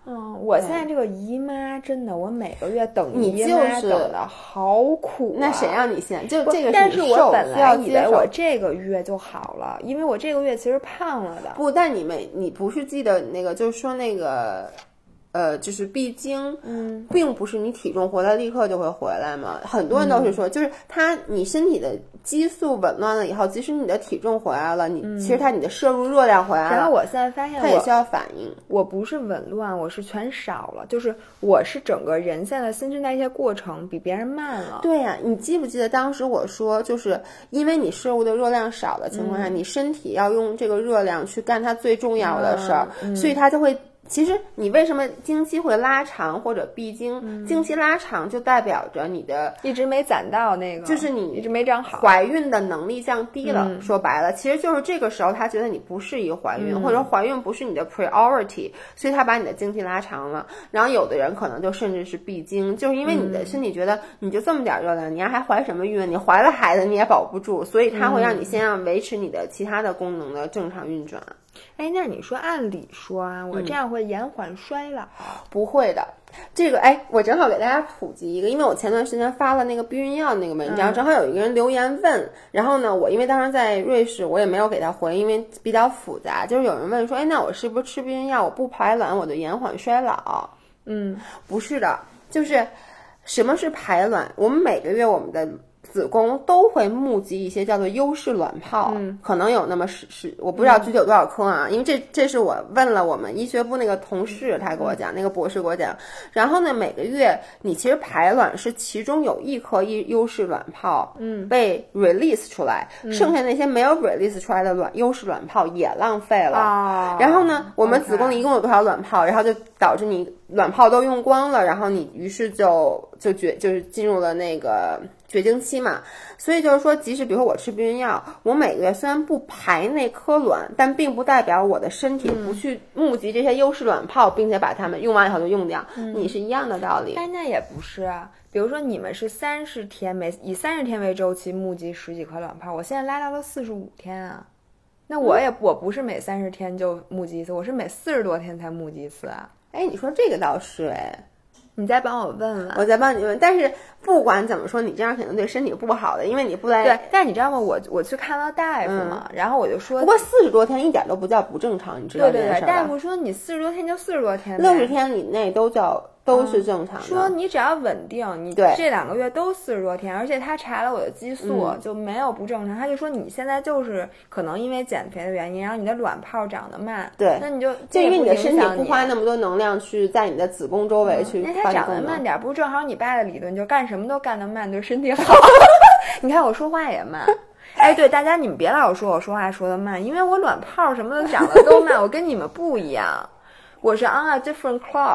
嗯，我现在这个姨妈真的，我每个月等姨妈等的好苦、啊。 那谁让你现在就这个是但是我本来以为我这个月就好了，因为我这个月其实胖了的。 不，但你没你不是记得那个，就是说那个。呃，就是闭经， 嗯， 并不是你体重回来立刻就会回来嘛。很多人都是说，嗯、就是它你身体的激素紊乱了以后，即使你的体重回来了，你、嗯、其实它你的摄入热量回来了。 然后我现在发现它也需要反应。 我不是紊乱，我是全少了，就是我是整个人现在新陈代谢过程比别人慢了。 对呀、啊，你记不记得当时我说，就是因为你摄入的热量少的情况下， 嗯、 你身体要用这个热量去干它最重要的事儿、 嗯嗯， 所以它就会。其实你为什么经期会拉长或者闭经、嗯、经期拉长就代表着你的一直没攒到那个， 就是你一直没长好， 怀孕的能力降低了、 嗯、 说白了其实就是这个时候他觉得你不适宜怀孕、 嗯、 或者怀孕不是你的 priority， 所以他把你的经期拉长了。然后有的人可能就甚至是闭经，就是因为你的身体觉得你就这么点热量，你还怀什么孕，你怀了孩子你也保不住，所以他会让你先要维持你的其他的功能的正常运转。 哎，那你说按理说啊，我这样会延缓衰老？ 嗯、不会的，这个哎，我正好给大家普及一个，因为我前段时间发了那个避孕药那个文章、嗯，正好有一个人留言问，然后呢，我因为当时在瑞士，我也没有给他回，因为比较复杂，就是有人问说，哎，那我是不是吃避孕药，我不排卵，我就延缓衰老？ 嗯， 不是的，就是什么是排卵？我们每个月我们的子宫都会募集一些叫做优势卵泡， 嗯， 可能有那么十十，我不知道具体有多少颗啊，嗯、因为这这是我问了我们医学部那个同事，他给我讲，嗯、那个博士给我讲。然后呢，每个月你其实排卵是其中有一颗一优势卵泡， 嗯， 被 release 出来， 嗯、 剩下那些没有 release 出来的卵优势卵泡也浪费了。 哦、 然后呢，我们子宫里一共有多少卵泡，然后就导致你卵泡都用光了，然后你于是就就绝就是进入了那个绝经期嘛。所以就是说，即使比如说我吃避孕药，我每个月虽然不排那颗卵，但并不代表我的身体不去募集这些优势卵泡，嗯、并且把它们用完以后就用掉， 嗯、 你是一样的道理。 但那也不是啊，比如说你们是三十天，每以三十天为周期募集十几颗卵泡，我现在拉到了四十五天啊。那我也、嗯、我不是每三十天就募集一次，我是每四十多天才募集一次啊。 哎，你说这个倒是哎。 你再帮我问问， 我再帮你问。但是不管怎么说，你这样肯定对身体不好的，因为你不来。 对，但是你知道吗？我我去看了大夫嘛，嗯、然后我就说， 不过四十多天一点都不叫不正常，你知道这件事吧？ 对对对，大夫说你四十多天就四十多天， 六十天以内都叫都是正常的。 嗯、说你只要稳定，你这两个月都四十多天，而且他查了我的激素、嗯、就没有不正常，他就说你现在就是可能因为减肥的原因，然后你的卵泡长得慢， 对， 那你就就因为你的身体不花那么多能量去在你的子宫周围去、 嗯，那它长得慢点，不是正好你爸的理论，就干什么都干得慢，对身体好。你看我说话也慢。哎，对，大家你们别老说我说话说的慢，因为我卵泡什么的长得都慢，我跟你们不一样，我是 on a different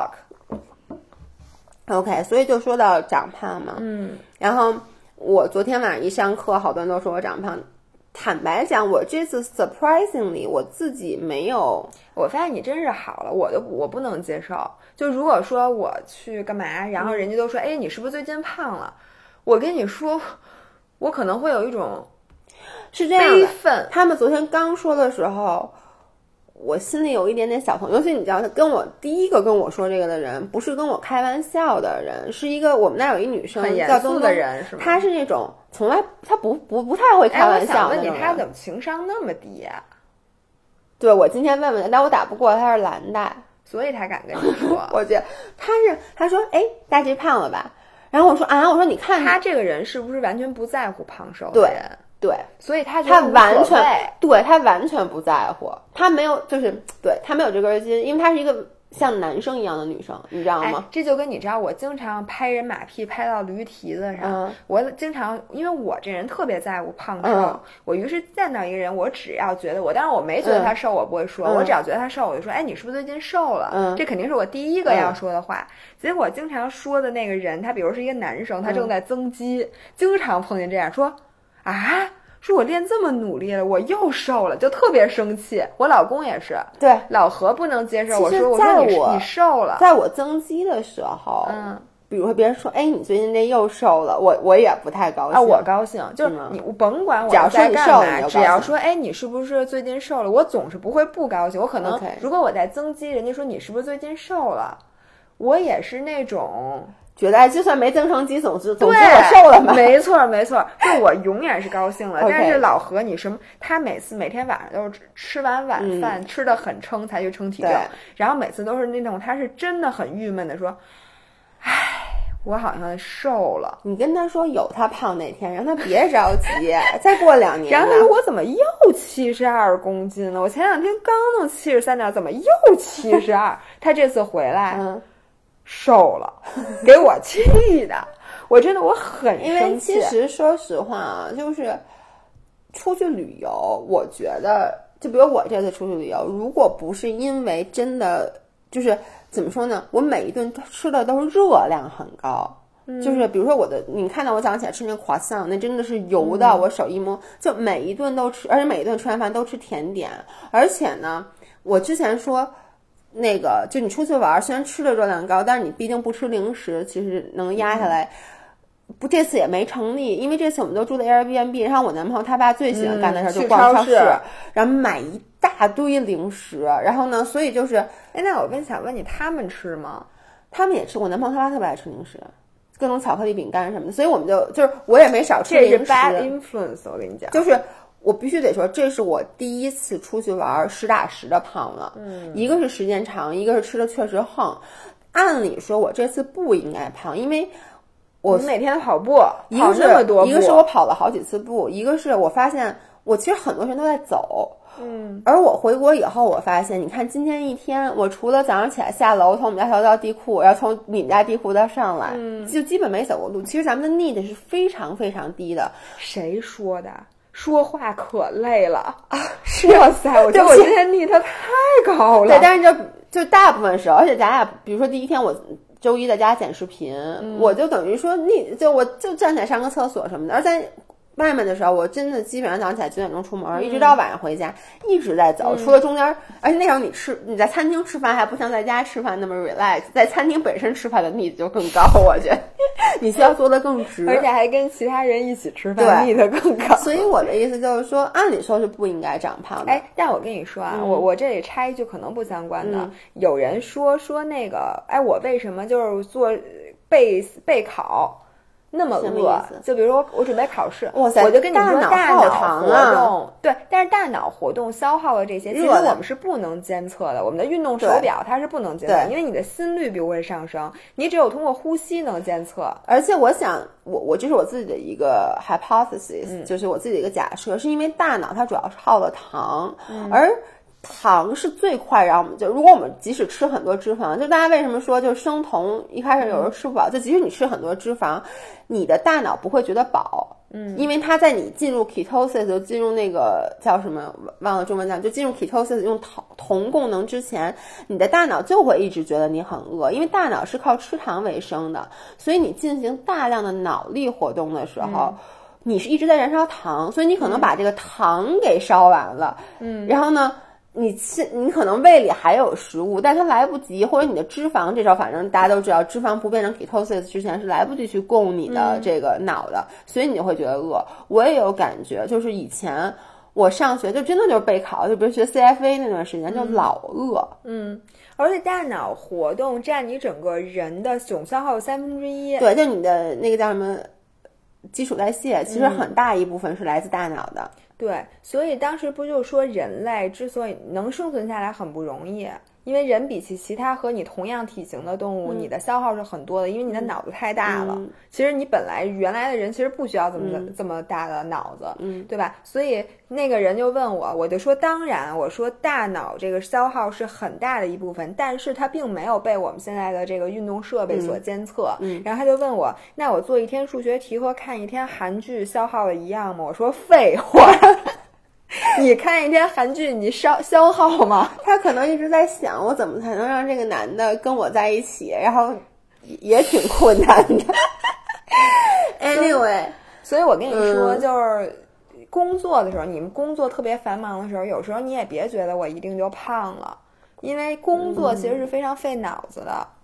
clock。OK， 所以就说到长胖嘛， 嗯， 然后我昨天晚上一上课，好多人都说我长胖。坦白讲，我这次 surprisingly 我自己没有， 我发现你真是好了，我就我不能接受。就如果说我去干嘛，然后人家都说，哎，你是不是最近胖了？我跟你说，我可能会有一种是这样的悲愤。 他们昨天刚说的时候，我心里有一点点小痛，尤其你知道，他跟我第一个跟我说这个的人，不是跟我开玩笑的人，是一个我们那有一女生很严肃的人，是吗？ 她是那种从来她不不不太会开玩笑的。 哎，我想问你，她怎么情商那么低呀、啊？ 对，我今天问问她，但我打不过她，是蓝带， 所以她敢跟你说。 我觉得她是，她说，哎，大姐胖了吧？然后我说啊，我说你看她这个人是不是完全不在乎胖瘦的人？ 对， 所以他他完全对他完全不在乎，他没有就是对他没有这根筋，因为他是一个像男生一样的女生，你知道吗？ 哎、这就跟你知道，我经常拍人马屁拍到驴蹄子上， 嗯、 我经常因为我这人特别在乎胖瘦， 嗯、 我于是见到一个人，我只要觉得我，当然我没觉得他瘦，我不会说， 嗯、 我只要觉得他瘦，我就说，哎，你是不是最近瘦了？ 嗯， 这肯定是我第一个要说的话。嗯、结果经常说的那个人，他比如是一个男生，他正在增肌，嗯、经常碰见这样说啊。说我练这么努力了，我又瘦了，就特别生气。我老公也是， 对， 老何不能接受。我说，我说你你瘦了， 在我增肌的时候， 嗯， 比如说别人说，哎，你最近这又瘦了，我我也不太高兴啊。我高兴，就是你甭管我在干嘛，只要说哎，你是不是最近瘦了，我总是不会不高兴。我可能、okay. 如果我在增肌，人家说你是不是最近瘦了，我也是那种觉得就算没增成肌，总之总之我瘦了嘛。 没错没错，就我永远是高兴了。okay. 但是老何你什么，他每次每天晚上都是吃完晚饭、嗯、吃的很撑才去称体重，然后每次都是那种他是真的很郁闷的说，唉，我好像瘦了。 你跟他说有他胖那天，让他别着急，再过两年。 然后他说我怎么又七十二公斤了？我前两天刚弄七十三点，怎么又七十二？他这次回来， 嗯， 瘦了，给我气的，我真的我很生气。 因为其实说实话啊，就是出去旅游，我觉得就比如我这次出去旅游，如果不是因为真的就是怎么说呢，我每一顿吃的都是热量很高。嗯、就是比如说我的，你看到我早上起来吃那个 croissant， 那真的是油的，嗯、我手一摸，就每一顿都吃，而且每一顿吃完饭都吃甜点。而且呢，我之前说那个，就你出去玩，虽然吃的热量高，但是你毕竟不吃零食，其实能压下来。嗯、不，这次也没成立，因为这次我们都住的 Airbnb， 然后我男朋友他爸最喜欢干的事就逛超市， 嗯、 然后买一大堆零食，然后呢，所以就是， 哎，那我问想问你，他们吃吗？ 他们也吃，我男朋友他爸特别爱吃零食。各种巧克力饼干什么的，所以我们就就是我也没少吃零食。 这是 bad influence， 我跟你讲， 就是我必须得说，这是我第一次出去玩实打实的胖了。 嗯， 一个是时间长，一个是吃的确实横。按理说，我这次不应该胖，因为我每天跑步， 一个是跑那么多步， 一个是我跑了好几次步，一个是我发现我其实很多人都在走。 嗯， 而我回国以后，我发现，你看今天一天，我除了早上起来下楼从我们家小到地库，然后从你们家地库到上来， 嗯， 就基本没走过路。其实咱们的 need 是非常非常低的。 谁说的？说话可累了啊！哇塞，我觉得我今天 need 太高了。 对，但是就就大部分时候，而且咱俩，比如说第一天我周一在家剪视频， 嗯、 我就等于说你就我就站起来上个厕所什么的，而在外面的时候，我真的基本上早上起来九点钟出门，嗯、一直到晚上回家，一直在走。 嗯、 除了中间，而且那时候你吃你在餐厅吃饭还不像在家吃饭那么 relax， 在餐厅本身吃饭的 need 就更高，我觉得你需要做的更直， 而且还跟其他人一起吃饭 need 更高。 所以我的意思就是说，按理说是不应该长胖的。 哎，但我跟你说啊， 嗯、 我我这里插一句可能不相关的， 嗯、 有人说说那个，哎，我为什么就是做备备考？那么饿，就比如说我准备考试， 哇塞， 我就跟你说大脑活动， 啊、 对，但是大脑活动消耗的这些，其实我们是不能监测的。我们的运动手表它是不能监测，因为你的心率并不会上升，你只有通过呼吸能监测。 而且我想，我我这是我自己的一个 hypothesis，、 嗯、 就是我自己的一个假设，是因为大脑它主要是耗了糖， 嗯、 而糖是最快让我们就，如果我们即使吃很多脂肪，就大家为什么说就是生酮一开始有时候吃不饱，嗯、就即使你吃很多脂肪，你的大脑不会觉得饱， 嗯， 因为它在你进入 ketosis 就进入那个叫什么忘了中文叫，就进入 ketosis 用酮功能之前，你的大脑就会一直觉得你很饿，因为大脑是靠吃糖为生的，所以你进行大量的脑力活动的时候。 嗯你是一直在燃烧糖，所以你可能把这个糖给烧完了， 嗯， 然后呢，你你可能胃里还有食物，但它来不及，或者你的脂肪，这时候反正大家都知道，脂肪不变成 ketosis 之前是来不及去供你的这个脑的，嗯、所以你就会觉得饿。我也有感觉，就是以前我上学就真的就是备考，就比如学 C F A 那段时间就老饿， 嗯。而且大脑活动占你整个人的总消耗有三分之一， 对，就你的那个叫什么基础代谢，其实很大一部分是来自大脑的。 嗯、对，所以当时不就说人类之所以能生存下来很不容易，因为人比起其他和你同样体型的动物， 嗯、 你的消耗是很多的，因为你的脑子太大了。 嗯、 其实你本来原来的人其实不需要这么、 嗯、 这么大的脑子， 嗯， 对吧？所以那个人就问我，我就说当然，我说大脑这个消耗是很大的一部分，但是它并没有被我们现在的这个运动设备所监测。 嗯， 然后他就问我，那我做一天数学题和看一天韩剧消耗的一样吗？我说废话。你看一天韩剧，你消消耗吗？ 他可能一直在想，我怎么才能让这个男的跟我在一起，然后也挺困难的。Anyway， 所以我跟你说， 嗯、 就是工作的时候，你们工作特别繁忙的时候，有时候你也别觉得我一定就胖了，因为工作其实是非常费脑子的。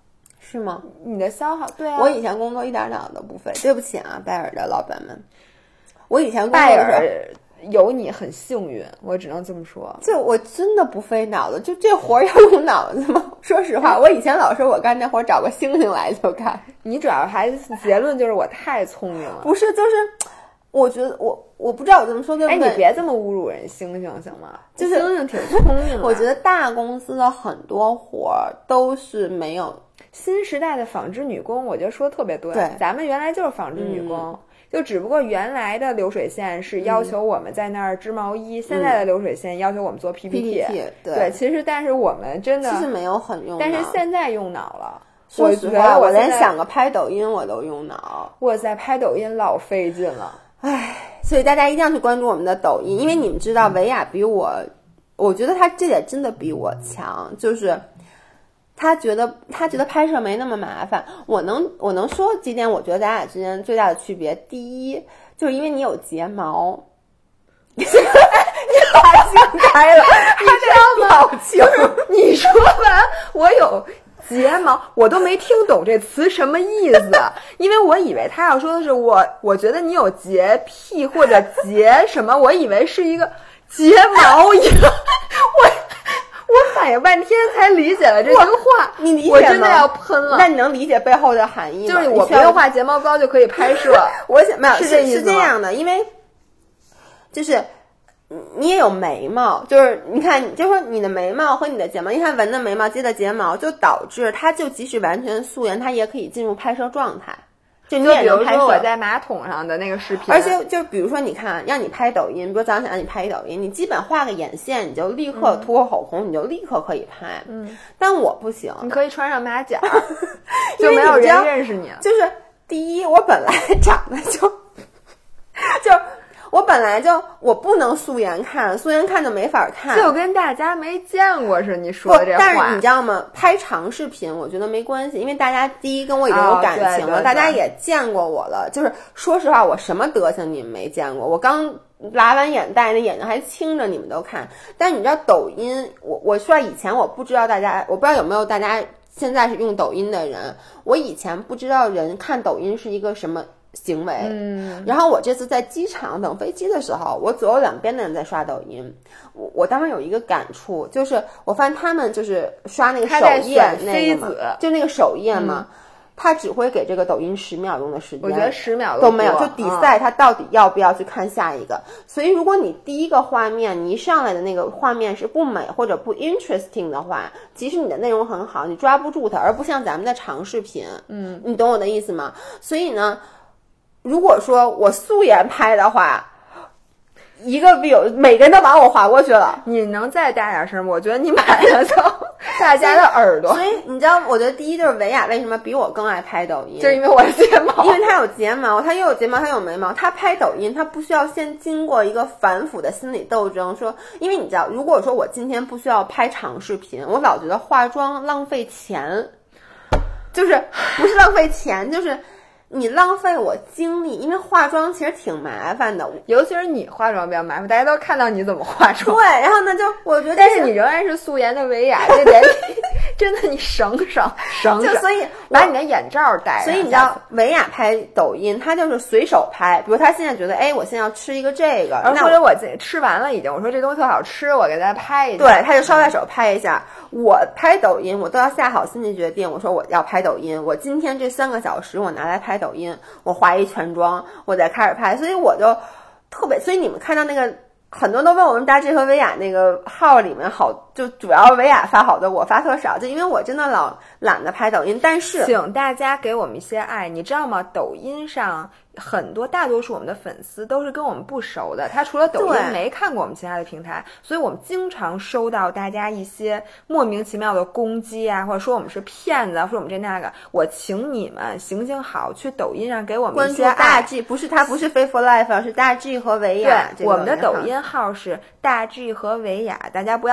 是吗？ 你的消耗，对啊， 我以前工作一点脑都不费。对不起啊，拜耳的老板们，我以前工作拜耳有你很幸运，我只能这么说。 就我真的不费脑子，就这活要用脑子吗？说实话，我以前老说我干这活找个星星来就干。 你主要还结论就是我太聪明了。 不是，就是我觉得我我不知道我这么说对不对？ 哎，你别这么侮辱人星星行吗？ 就是星星挺聪明的。 我觉得大公司的很多活都是没有。 新时代的纺织女工，我觉得说的特别对。 对， 咱们原来就是纺织女工。嗯，就只不过原来的流水线是要求我们在那儿织毛衣，嗯，现在的流水线要求我们做 P P T。 P P T 对, 对，其实但是我们真的其实没有很用脑， 但是现在用脑了。 说实话，我连想个拍抖音我都用脑。 我在拍抖音老费劲了， 唉，所以大家一定要去关注我们的抖音，因为你们知道维亚比我，我觉得他这点真的比我强，就是。他觉得他觉得拍摄没那么麻烦，我能我能说几点？我觉得咱俩之间最大的区别，第一就是因为你有睫毛，你把心开了， 你知道吗？就是你说完我有睫毛，我都没听懂这词什么意思，因为我以为他要说的是我，我觉得你有洁癖或者洁什么，我以为是一个睫毛一个我。我反应半天才理解了这句话， 你理解吗？ 我真的要喷了。 那你能理解背后的含义吗？ 就是我不用画睫毛膏就可以拍摄。 我想没有， 是这意思是这样的，因为就是你也有眉毛，就是你看，就是说你的眉毛和你的睫毛，你看纹的眉毛接的睫毛，就导致它就即使完全素颜，它也可以进入拍摄状态。就你也能拍摄， 就比如说我在马桶上的那个视频， 而且就比如说你看，让你拍抖音，比如早上想让你拍抖音，你基本画个眼线，你就立刻涂个口红，嗯，你就立刻可以拍。嗯，但我不行， 你可以穿上马甲，就没有人认识你。 就是第一，我本来长得就就。我本来就我不能素颜看，素颜看就没法看， 就跟大家没见过似的。你说的这话， 但是你知道吗？拍长视频我觉得没关系，因为大家第一跟我已经有感情了， 哦， 大家也见过我了。就是说实话，我什么德行你们没见过，我刚拉完眼袋，那眼睛还青着，你们都看。但你知道抖音，我我说以前我不知道大家，我不知道有没有大家现在是用抖音的人，我以前不知道人看抖音是一个什么行为， 嗯， 然后我这次在机场等飞机的时候，我左右两边的人在刷抖音，我我当时有一个感触，就是我发现他们就是刷那个首页那个嘛，就那个首页嘛，嗯，他只会给这个抖音十秒钟的时间， 我觉得十秒都没有，就比赛他到底要不要去看下一个，嗯，所以如果你第一个画面你一上来的那个画面是不美或者不 interesting 的话，即使你的内容很好，你抓不住它，而不像咱们的长视频，嗯，你懂我的意思吗？所以呢。如果说我素颜拍的话，一个 view 每个人都把我划过去了。 你能再大点声吗？我觉得你马上就大家的耳朵。 所以你知道，我觉得第一就是维亚为什么比我更爱拍抖音， 就是因为我的睫毛， 因为他有睫毛，他又有睫毛，他有眉毛，他拍抖音，他不需要先经过一个反复的心理斗争。说，因为你知道，如果说我今天不需要拍长视频，我老觉得化妆浪费钱，就是不是浪费钱，就是。你浪费我精力，因为化妆其实挺麻烦的， 尤其是你化妆比较麻烦，大家都看到你怎么化妆。 对，然后呢，就我觉得， 但是你仍然是素颜的维亚，这得真的你省省省省， 就所以把你的眼罩戴上。 所以你知道，维亚拍抖音，他就是随手拍，比如他现在觉得，哎，我现在要吃一个这个， 或者我吃完了已经，我说这东西特好吃，我给大家拍一下， 对，他就捎带手拍一下。我拍抖音，我都要下好心理决定，我说我要拍抖音，我今天这三个小时我拿来拍抖音，我化一全妆，我再开始拍，所以我就特别，所以你们看到那个很多人都问我们大 G 和维亚那个号里面好，就主要维亚发好的，我发特少，就因为我真的老懒得拍抖音。但是请大家给我们一些爱，你知道吗？抖音上很多大多数我们的粉丝都是跟我们不熟的，他除了抖音没看过我们其他的平台，所以我们经常收到大家一些莫名其妙的攻击啊，或者说我们是骗子啊，说我们这那个。我请你们行行好，去抖音上给我们一些爱。 关注大 G， 不是他不是 Faithful Life， 是大 G 和维亚。 对，我们的抖音号是大 G 和维亚，大家不要关注我们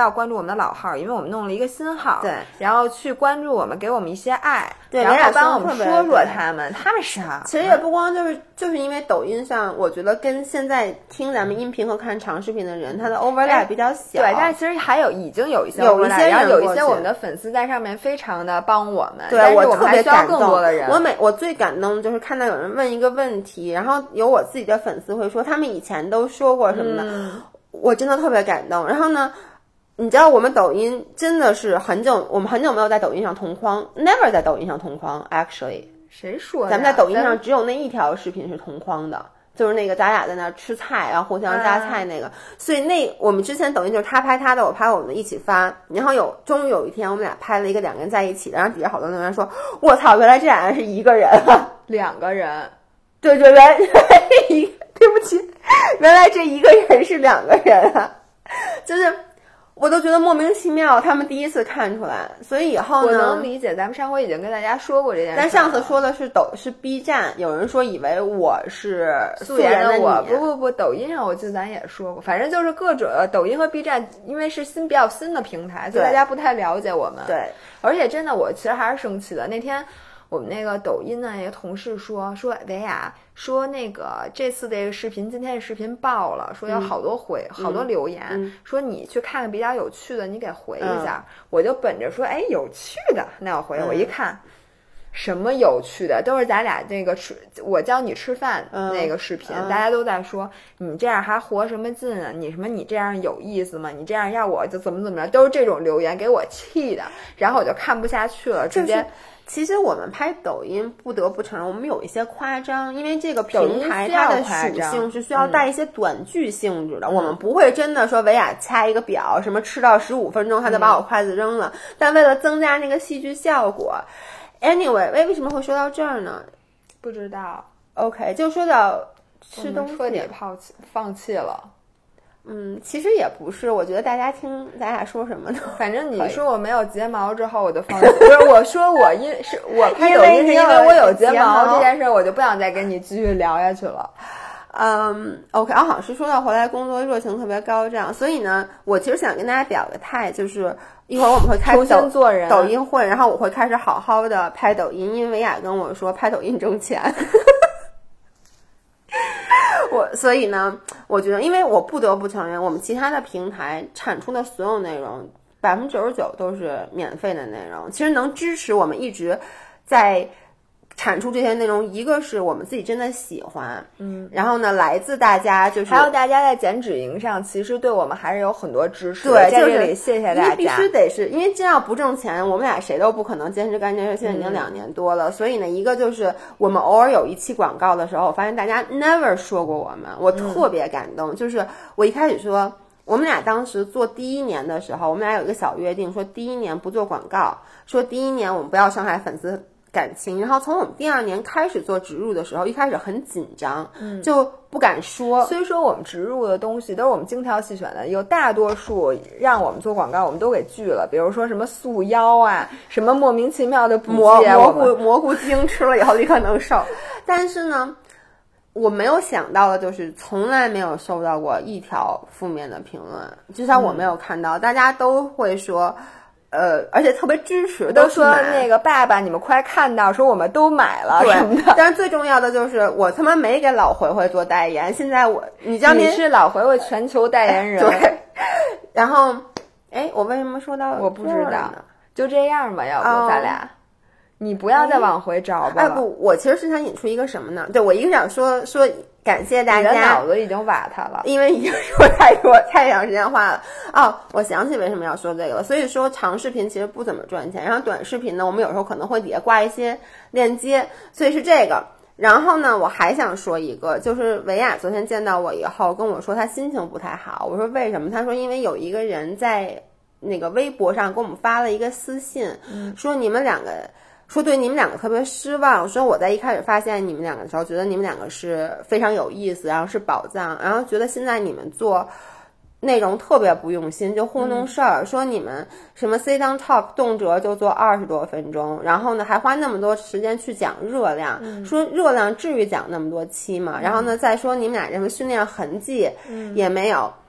的老号，因为我们弄了一个新号， 对， 然后去关注我们，给我们一些爱， 对， 然后帮我们说说他们，他们傻。 其实也不光就是就是因为抖音上，我觉得跟现在听咱们音频和看长视频的人，他的 overlap 比较小。 对，但是其实还有已经有一些 overlap，有一些然后有一些我们的粉丝在上面非常的帮我们， 对我特别感动。 更多的人， 我每我最感动的就是看到有人问一个问题，然后有我自己的粉丝会说他们以前都说过什么的， 嗯、 我真的特别感动。然后呢，你知道我们抖音真的是很久，我们很久没有在抖音上同框 ，never 在抖音上同框 ，actually。 谁说的？ 咱们在抖音上只有那一条视频是同框的。就是那个咱俩在那吃菜，然后互相夹菜那个，嗯、所以那我们之前抖音就是他拍他的，我拍我们的一起发。然后有终于有一天，我们俩拍了一个两个人在一起的，然后底下好多留言说：“我操，原来这俩人是一个人啊！” 两个人， 对对对，一对不起，原来这一个人是两个人啊，就是。我都觉得莫名其妙，他们第一次看出来，所以以后呢， 我能理解。咱们上回已经跟大家说过这件事， 但上次说的是抖是 B 站，有人说以为我是素颜的我，不不不，抖音上我记得咱也说过，反正就是各种抖音和 B 站，因为是新比较新的平台，所以大家不太了解我们。 对， 而且真的，我其实还是生气的。那天我们那个抖音的那个同事说说维亚说那个这次这个视频今天这视频爆了，说有好多回、 嗯、 好多留言、 嗯、 说你去看看比较有趣的你给回一下、 嗯、 我就本着说哎有趣的那我回、嗯、我一看什么有趣的都是咱俩那个吃我教你吃饭那个视频、 嗯、 大家都在说你这样还活什么劲啊，你什么你这样有意思吗，你这样要我就怎么怎么着，都是这种留言给我气的，然后我就看不下去了，直接、就是其实我们拍抖音不得不承认我们有一些夸张，因为这个平台它的属性是需要带一些短剧性质的、嗯、我们不会真的说维亚掐一个表什么吃到十五分钟他就把我筷子扔了、嗯、但为了增加那个戏剧效果 anyway 为什么会说到这儿呢？ 不知道。 OK 就说到吃东西彻底放弃放弃了。 嗯，其实也不是，我觉得大家听咱俩说什么呢？ 反正你说我没有睫毛之后，我就放弃。不是，我说我因是我拍抖音是因为我有睫毛这件事，我就不想再跟你继续聊下去了。 嗯 ，OK， 我好像是说到回来工作热情特别高涨，所以呢，我其实想跟大家表个态，就是一会儿我们会开始抖做人抖音会，然后我会开始好好的拍抖音，因为维亚跟我说拍抖音挣钱。我所以呢，我觉得，因为我不得不承认，我们其他的平台产出的所有内容，百分之九十九都是免费的内容。其实能支持我们一直在产出这些内容，一个是我们自己真的喜欢，嗯，然后呢，来自大家就是还有大家在减脂营上，其实对我们还是有很多支持。 对， 在这里谢谢大家。 因为必须得是因为真要不挣钱，我们俩谁都不可能坚持干这事。现在已经两年多了，嗯、所以呢，一个就是我们偶尔有一期广告的时候，我发现大家 never 说过我们，我特别感动。嗯、就是我一开始说，我们俩当时做第一年的时候，我们俩有一个小约定，说第一年不做广告，说第一年我们不要伤害粉丝感情，然后从我们第二年开始做植入的时候，一开始很紧张，嗯，就不敢说。 虽说我们植入的东西都是我们精挑细选的，有大多数让我们做广告，我们都给拒了。比如说什么素腰啊，什么莫名其妙的补剂啊， 蘑菇蘑菇精吃了以后立刻能瘦。但是呢，我没有想到的就是从来没有收到过一条负面的评论，至少我没有看到，嗯、大家都会说。呃，而且特别支持， 都说那个爸爸，你们快看到，说我们都买了什么的。 但是最重要的就是，我他妈没给老回回做代言，现在我，你知道你是老回回全球代言人。 对。然后，哎，我为什么说到我不知道，就这样吧，要不、oh. 咱俩，你不要再往回找吧。 哎不，我其实是想引出一个什么呢？对，我一个想说说。感谢大家， 你的脑子已经瓦塌了， 因为已经说太多太长时间话了。哦，我想起为什么要说这个了。所以说长视频其实不怎么赚钱，然后短视频呢，我们有时候可能会底下挂一些链接，所以是这个。然后呢，我还想说一个，就是维亚昨天见到我以后跟我说他心情不太好，我说为什么？他说因为有一个人在那个微博上给我们发了一个私信，嗯、说你们两个。说对你们两个特别失望，说我在一开始发现你们两个的时候，觉得你们两个是非常有意思，然后是宝藏，然后觉得现在你们做内容特别不用心，就糊弄事儿、嗯。说你们什么 sit down talk 动辄就做二十多分钟，然后呢还花那么多时间去讲热量，嗯、说热量至于讲那么多期吗？嗯、然后呢再说你们俩什么训练痕迹也没有。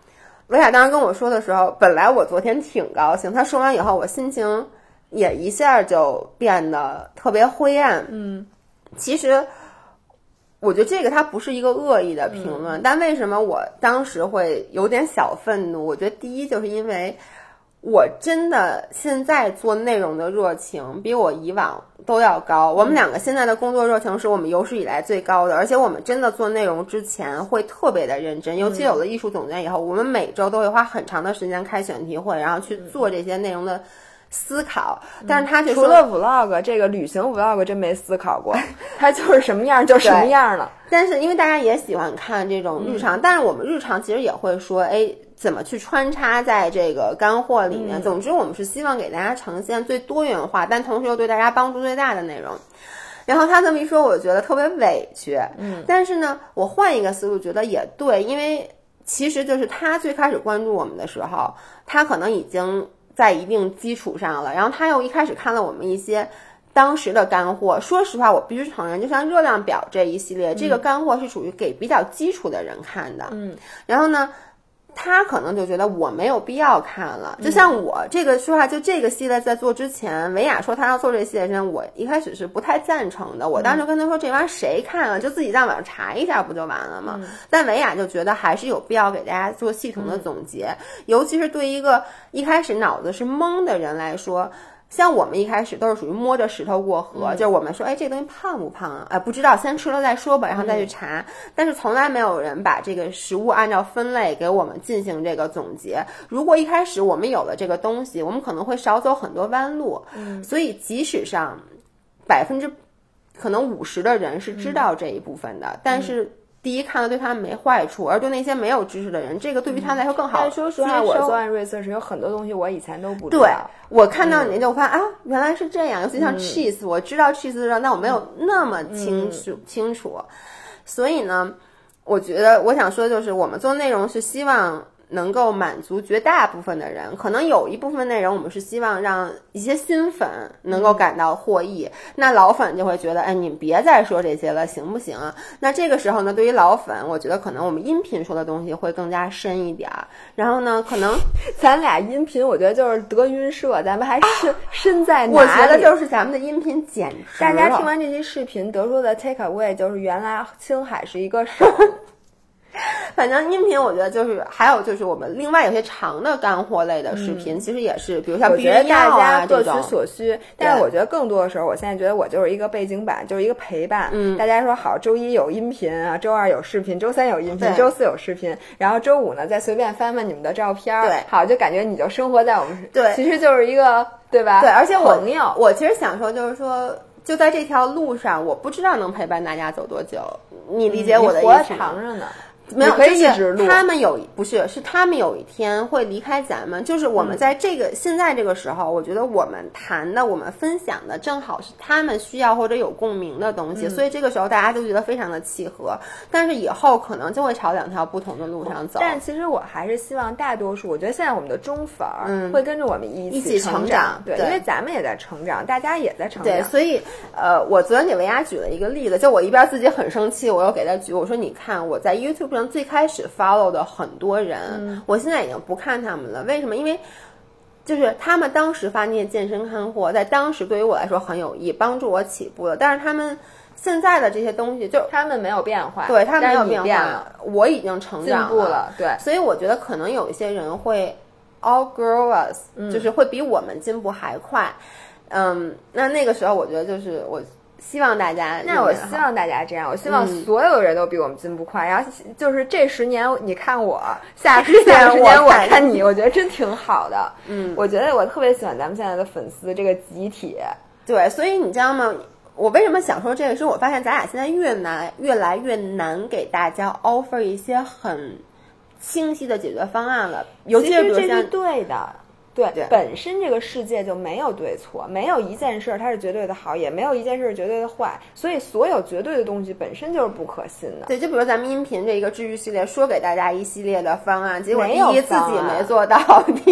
维亚当时跟我说的时候，本来我昨天挺高兴，他说完以后，我心情也一下就变得特别灰暗。 嗯， 其实我觉得这个它不是一个恶意的评论，嗯、但为什么我当时会有点小愤怒？我觉得第一就是因为我真的现在做内容的热情比我以往都要高。我们两个现在的工作热情是我们有史以来最高的，而且我们真的做内容之前会特别的认真，尤其有了艺术总监以后，我们每周都会花很长的时间开选题会，然后去做这些内容的思考。但是他就除了 vlog 这个旅行 vlog 真没思考过，他就是什么样就什么样了。 但是因为大家也喜欢看这种日常，嗯、但是我们日常其实也会说，哎，怎么去穿插在这个干货里面。嗯、总之我们是希望给大家呈现最多元化，但同时又对大家帮助最大的内容。然后他这么一说，我觉得特别委屈。 嗯， 但是呢，我换一个思路觉得也对，因为其实就是他最开始关注我们的时候，他可能已经在一定基础上了，然后他又一开始看了我们一些当时的干货。说实话，我必须承认，就像热量表这一系列，嗯、这个干货是属于给比较基础的人看的。 嗯， 然后呢，他可能就觉得我没有必要看了。就像我这个说话，就这个系列在做之前，维亚说他要做这系列之前，我一开始是不太赞成的。我当时跟他说，这玩意儿谁看了，就自己在网上查一下不就完了吗？ 嗯、 但维亚就觉得还是有必要给大家做系统的总结，嗯、尤其是对一个一开始脑子是懵的人来说。像我们一开始都是属于摸着石头过河，嗯、就是我们说，哎，这个东西胖不胖啊？哎，不知道，先吃了再说吧，然后再去查。嗯、但是从来没有人把这个食物按照分类给我们进行这个总结。如果一开始我们有了这个东西，我们可能会少走很多弯路。 嗯， 所以即使上百分之可能五十的人是知道这一部分的，嗯、但是。第一，看了对他们没坏处，而对那些没有知识的人，这个对于他来说更好。 但说实话，我做完 research 有很多东西我以前都不知道。 对，我看到你就发现、嗯、啊，原来是这样。尤其像 cheese，、嗯、我知道 cheese 的，但我没有那么清楚、嗯、清楚。所以呢，我觉得我想说，就是我们做内容是希望能够满足绝大部分的人，可能有一部分内容我们是希望让一些新粉能够感到获益，嗯、那老粉就会觉得，哎，你别再说这些了，行不行啊？那这个时候呢，对于老粉，我觉得可能我们音频说的东西会更加深一点，然后呢，可能咱俩音频，我觉得就是德云社，咱们还深、啊、深在哪里？ 我觉得就是咱们的音频简直大家听完这期视频得出的 take away 就是原来青海是一个省。 反正音频我觉得就是还有就是我们另外有些长的干货类的视频、嗯、其实也是比如像避孕药啊， 大家各取所需，但是我觉得更多的时候我现在觉得我就是一个背景板，就是一个陪伴。嗯，大家说好周一有音频啊，周二有视频，周三有音频，周四有视频，然后周五呢再随便翻翻你们的照片， 对， 好，就感觉你就生活在我们， 对， 其实就是一个对吧？ 对，而且我朋友我其实想说就是说就在这条路上，我不知道能陪伴大家走多久，你理解我的意思吗？ 嗯、你活长着呢。 没有， 可以一直录。 他们有不是是他们有一天会离开咱们，就是我们在这个、嗯、现在这个时候，我觉得我们谈的、我们分享的，正好是他们需要或者有共鸣的东西，嗯、所以这个时候大家就觉得非常的契合。但是以后可能就会朝两条不同的路上走。 但其实我还是希望大多数，我觉得现在我们的忠粉儿会跟着我们一起一起成长， 对， 对， 因为咱们也在成长，大家也在成长。 对，所以呃，我昨天给维亚举了一个例子，就我一边自己很生气，我又给他举，我说你看我在 YouTube 上最开始follow 的很多人、嗯、我现在已经不看他们了，为什么？因为就是他们当时发那些健身干货在当时对于我来说很有益，帮助我起步了，但是他们现在的这些东西就他们没有变化， 对，他们没有变化了， 我已经成长了， 进步了，对， 所以我觉得可能有一些人会 outgrow us、嗯、就是会比我们进步还快。嗯，那那个时候我觉得就是我希望大家， 那我希望大家这样，我希望所有人都比我们进步快、嗯、然后就是这十年你看我，下十年我看你，我觉得真挺好的。 嗯， 我觉得我特别喜欢咱们现在的粉丝这个集体。 对，所以你知道吗，我为什么想说这个，是我发现咱俩现在越难越来越难给大家 offer 一些很清晰的解决方案了，尤其是比如像这是对的。对，对，本身这个世界就没有对错，没有一件事它是绝对的好，也没有一件事是绝对的坏，所以所有绝对的东西本身就是不可信的。 对，就比如咱们音频这一个治愈系列，说给大家一系列的方案，结果第一自己没做到，第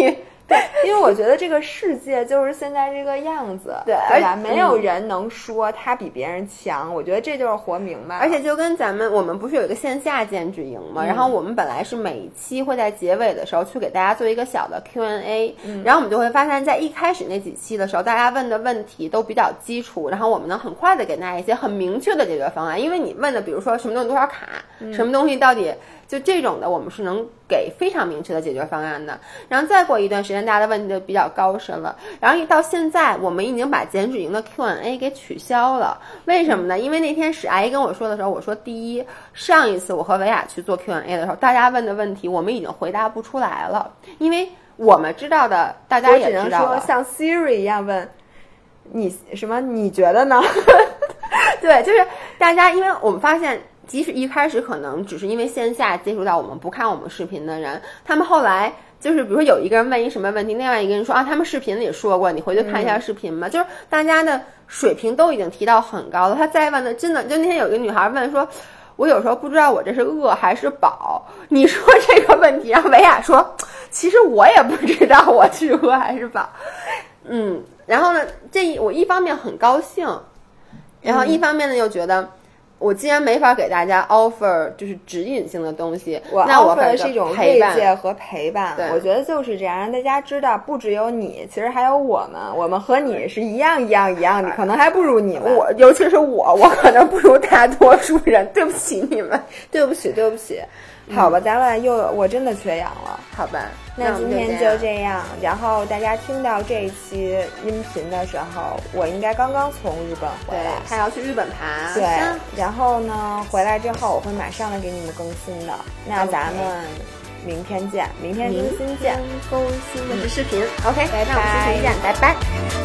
对，因为我觉得这个世界就是现在这个样子， 对， 对吧？没有人能说他比别人强，我觉得这就是活明白了。 而且就跟咱们我们不是有一个线下减脂营嘛、嗯，然后我们本来是每一期会在结尾的时候去给大家做一个小的 Q and A，、嗯、然后我们就会发现在一开始那几期的时候，大家问的问题都比较基础，然后我们能很快的给大家一些很明确的解决方案，因为你问的比如说什么东西多少卡、嗯、什么东西到底就这种的，我们是能给非常明确的解决方案的。然后再过一段时间，大家的问题就比较高深了。然后一到现在，我们已经把减脂营的 Q and A 给取消了。为什么呢？因为那天史阿姨跟我说的时候，我说第一，上一次我和维亚去做 Q and A 的时候，大家问的问题我们已经回答不出来了，因为我们知道的，大家也知道了。 我只能说像 Siri 一样问你什么？你觉得呢？ 对，就是大家，因为我们发现。即使一开始可能只是因为线下接触到我们不看我们视频的人，他们后来就是比如说有一个人问一什么问题，另外一个人说啊，他们视频里说过，你回去看一下视频嘛、嗯、就是大家的水平都已经提到很高了。他再问的真的，就那天有一个女孩问说，我有时候不知道我这是饿还是饱，你说这个问题，然后维亚说其实我也不知道我是饿还是饱。嗯，然后呢，这我一方面很高兴，然后一方面呢又觉得我既然没法给大家 offer 就是指引性的东西， 我那我 offer 的是一种慰藉和陪伴。我觉得就是这样，让大家知道不只有你，其实还有我们，我们和你是一样一样一样，你可能还不如你们。 我尤其是我，我可能不如大多数人，对不起你们， 对不起，对不起。好吧，咱俩又我真的缺氧了， 好吧， 那今天就这样。然后大家听到这一期音频的时候，我应该刚刚从日本回来， 他要去日本爬。 对，然后呢，回来之后我会马上的给你们更新的。那咱们明天见，明天更新见， 更新的是视频。OK， 拜拜， 那我们视频见，拜拜。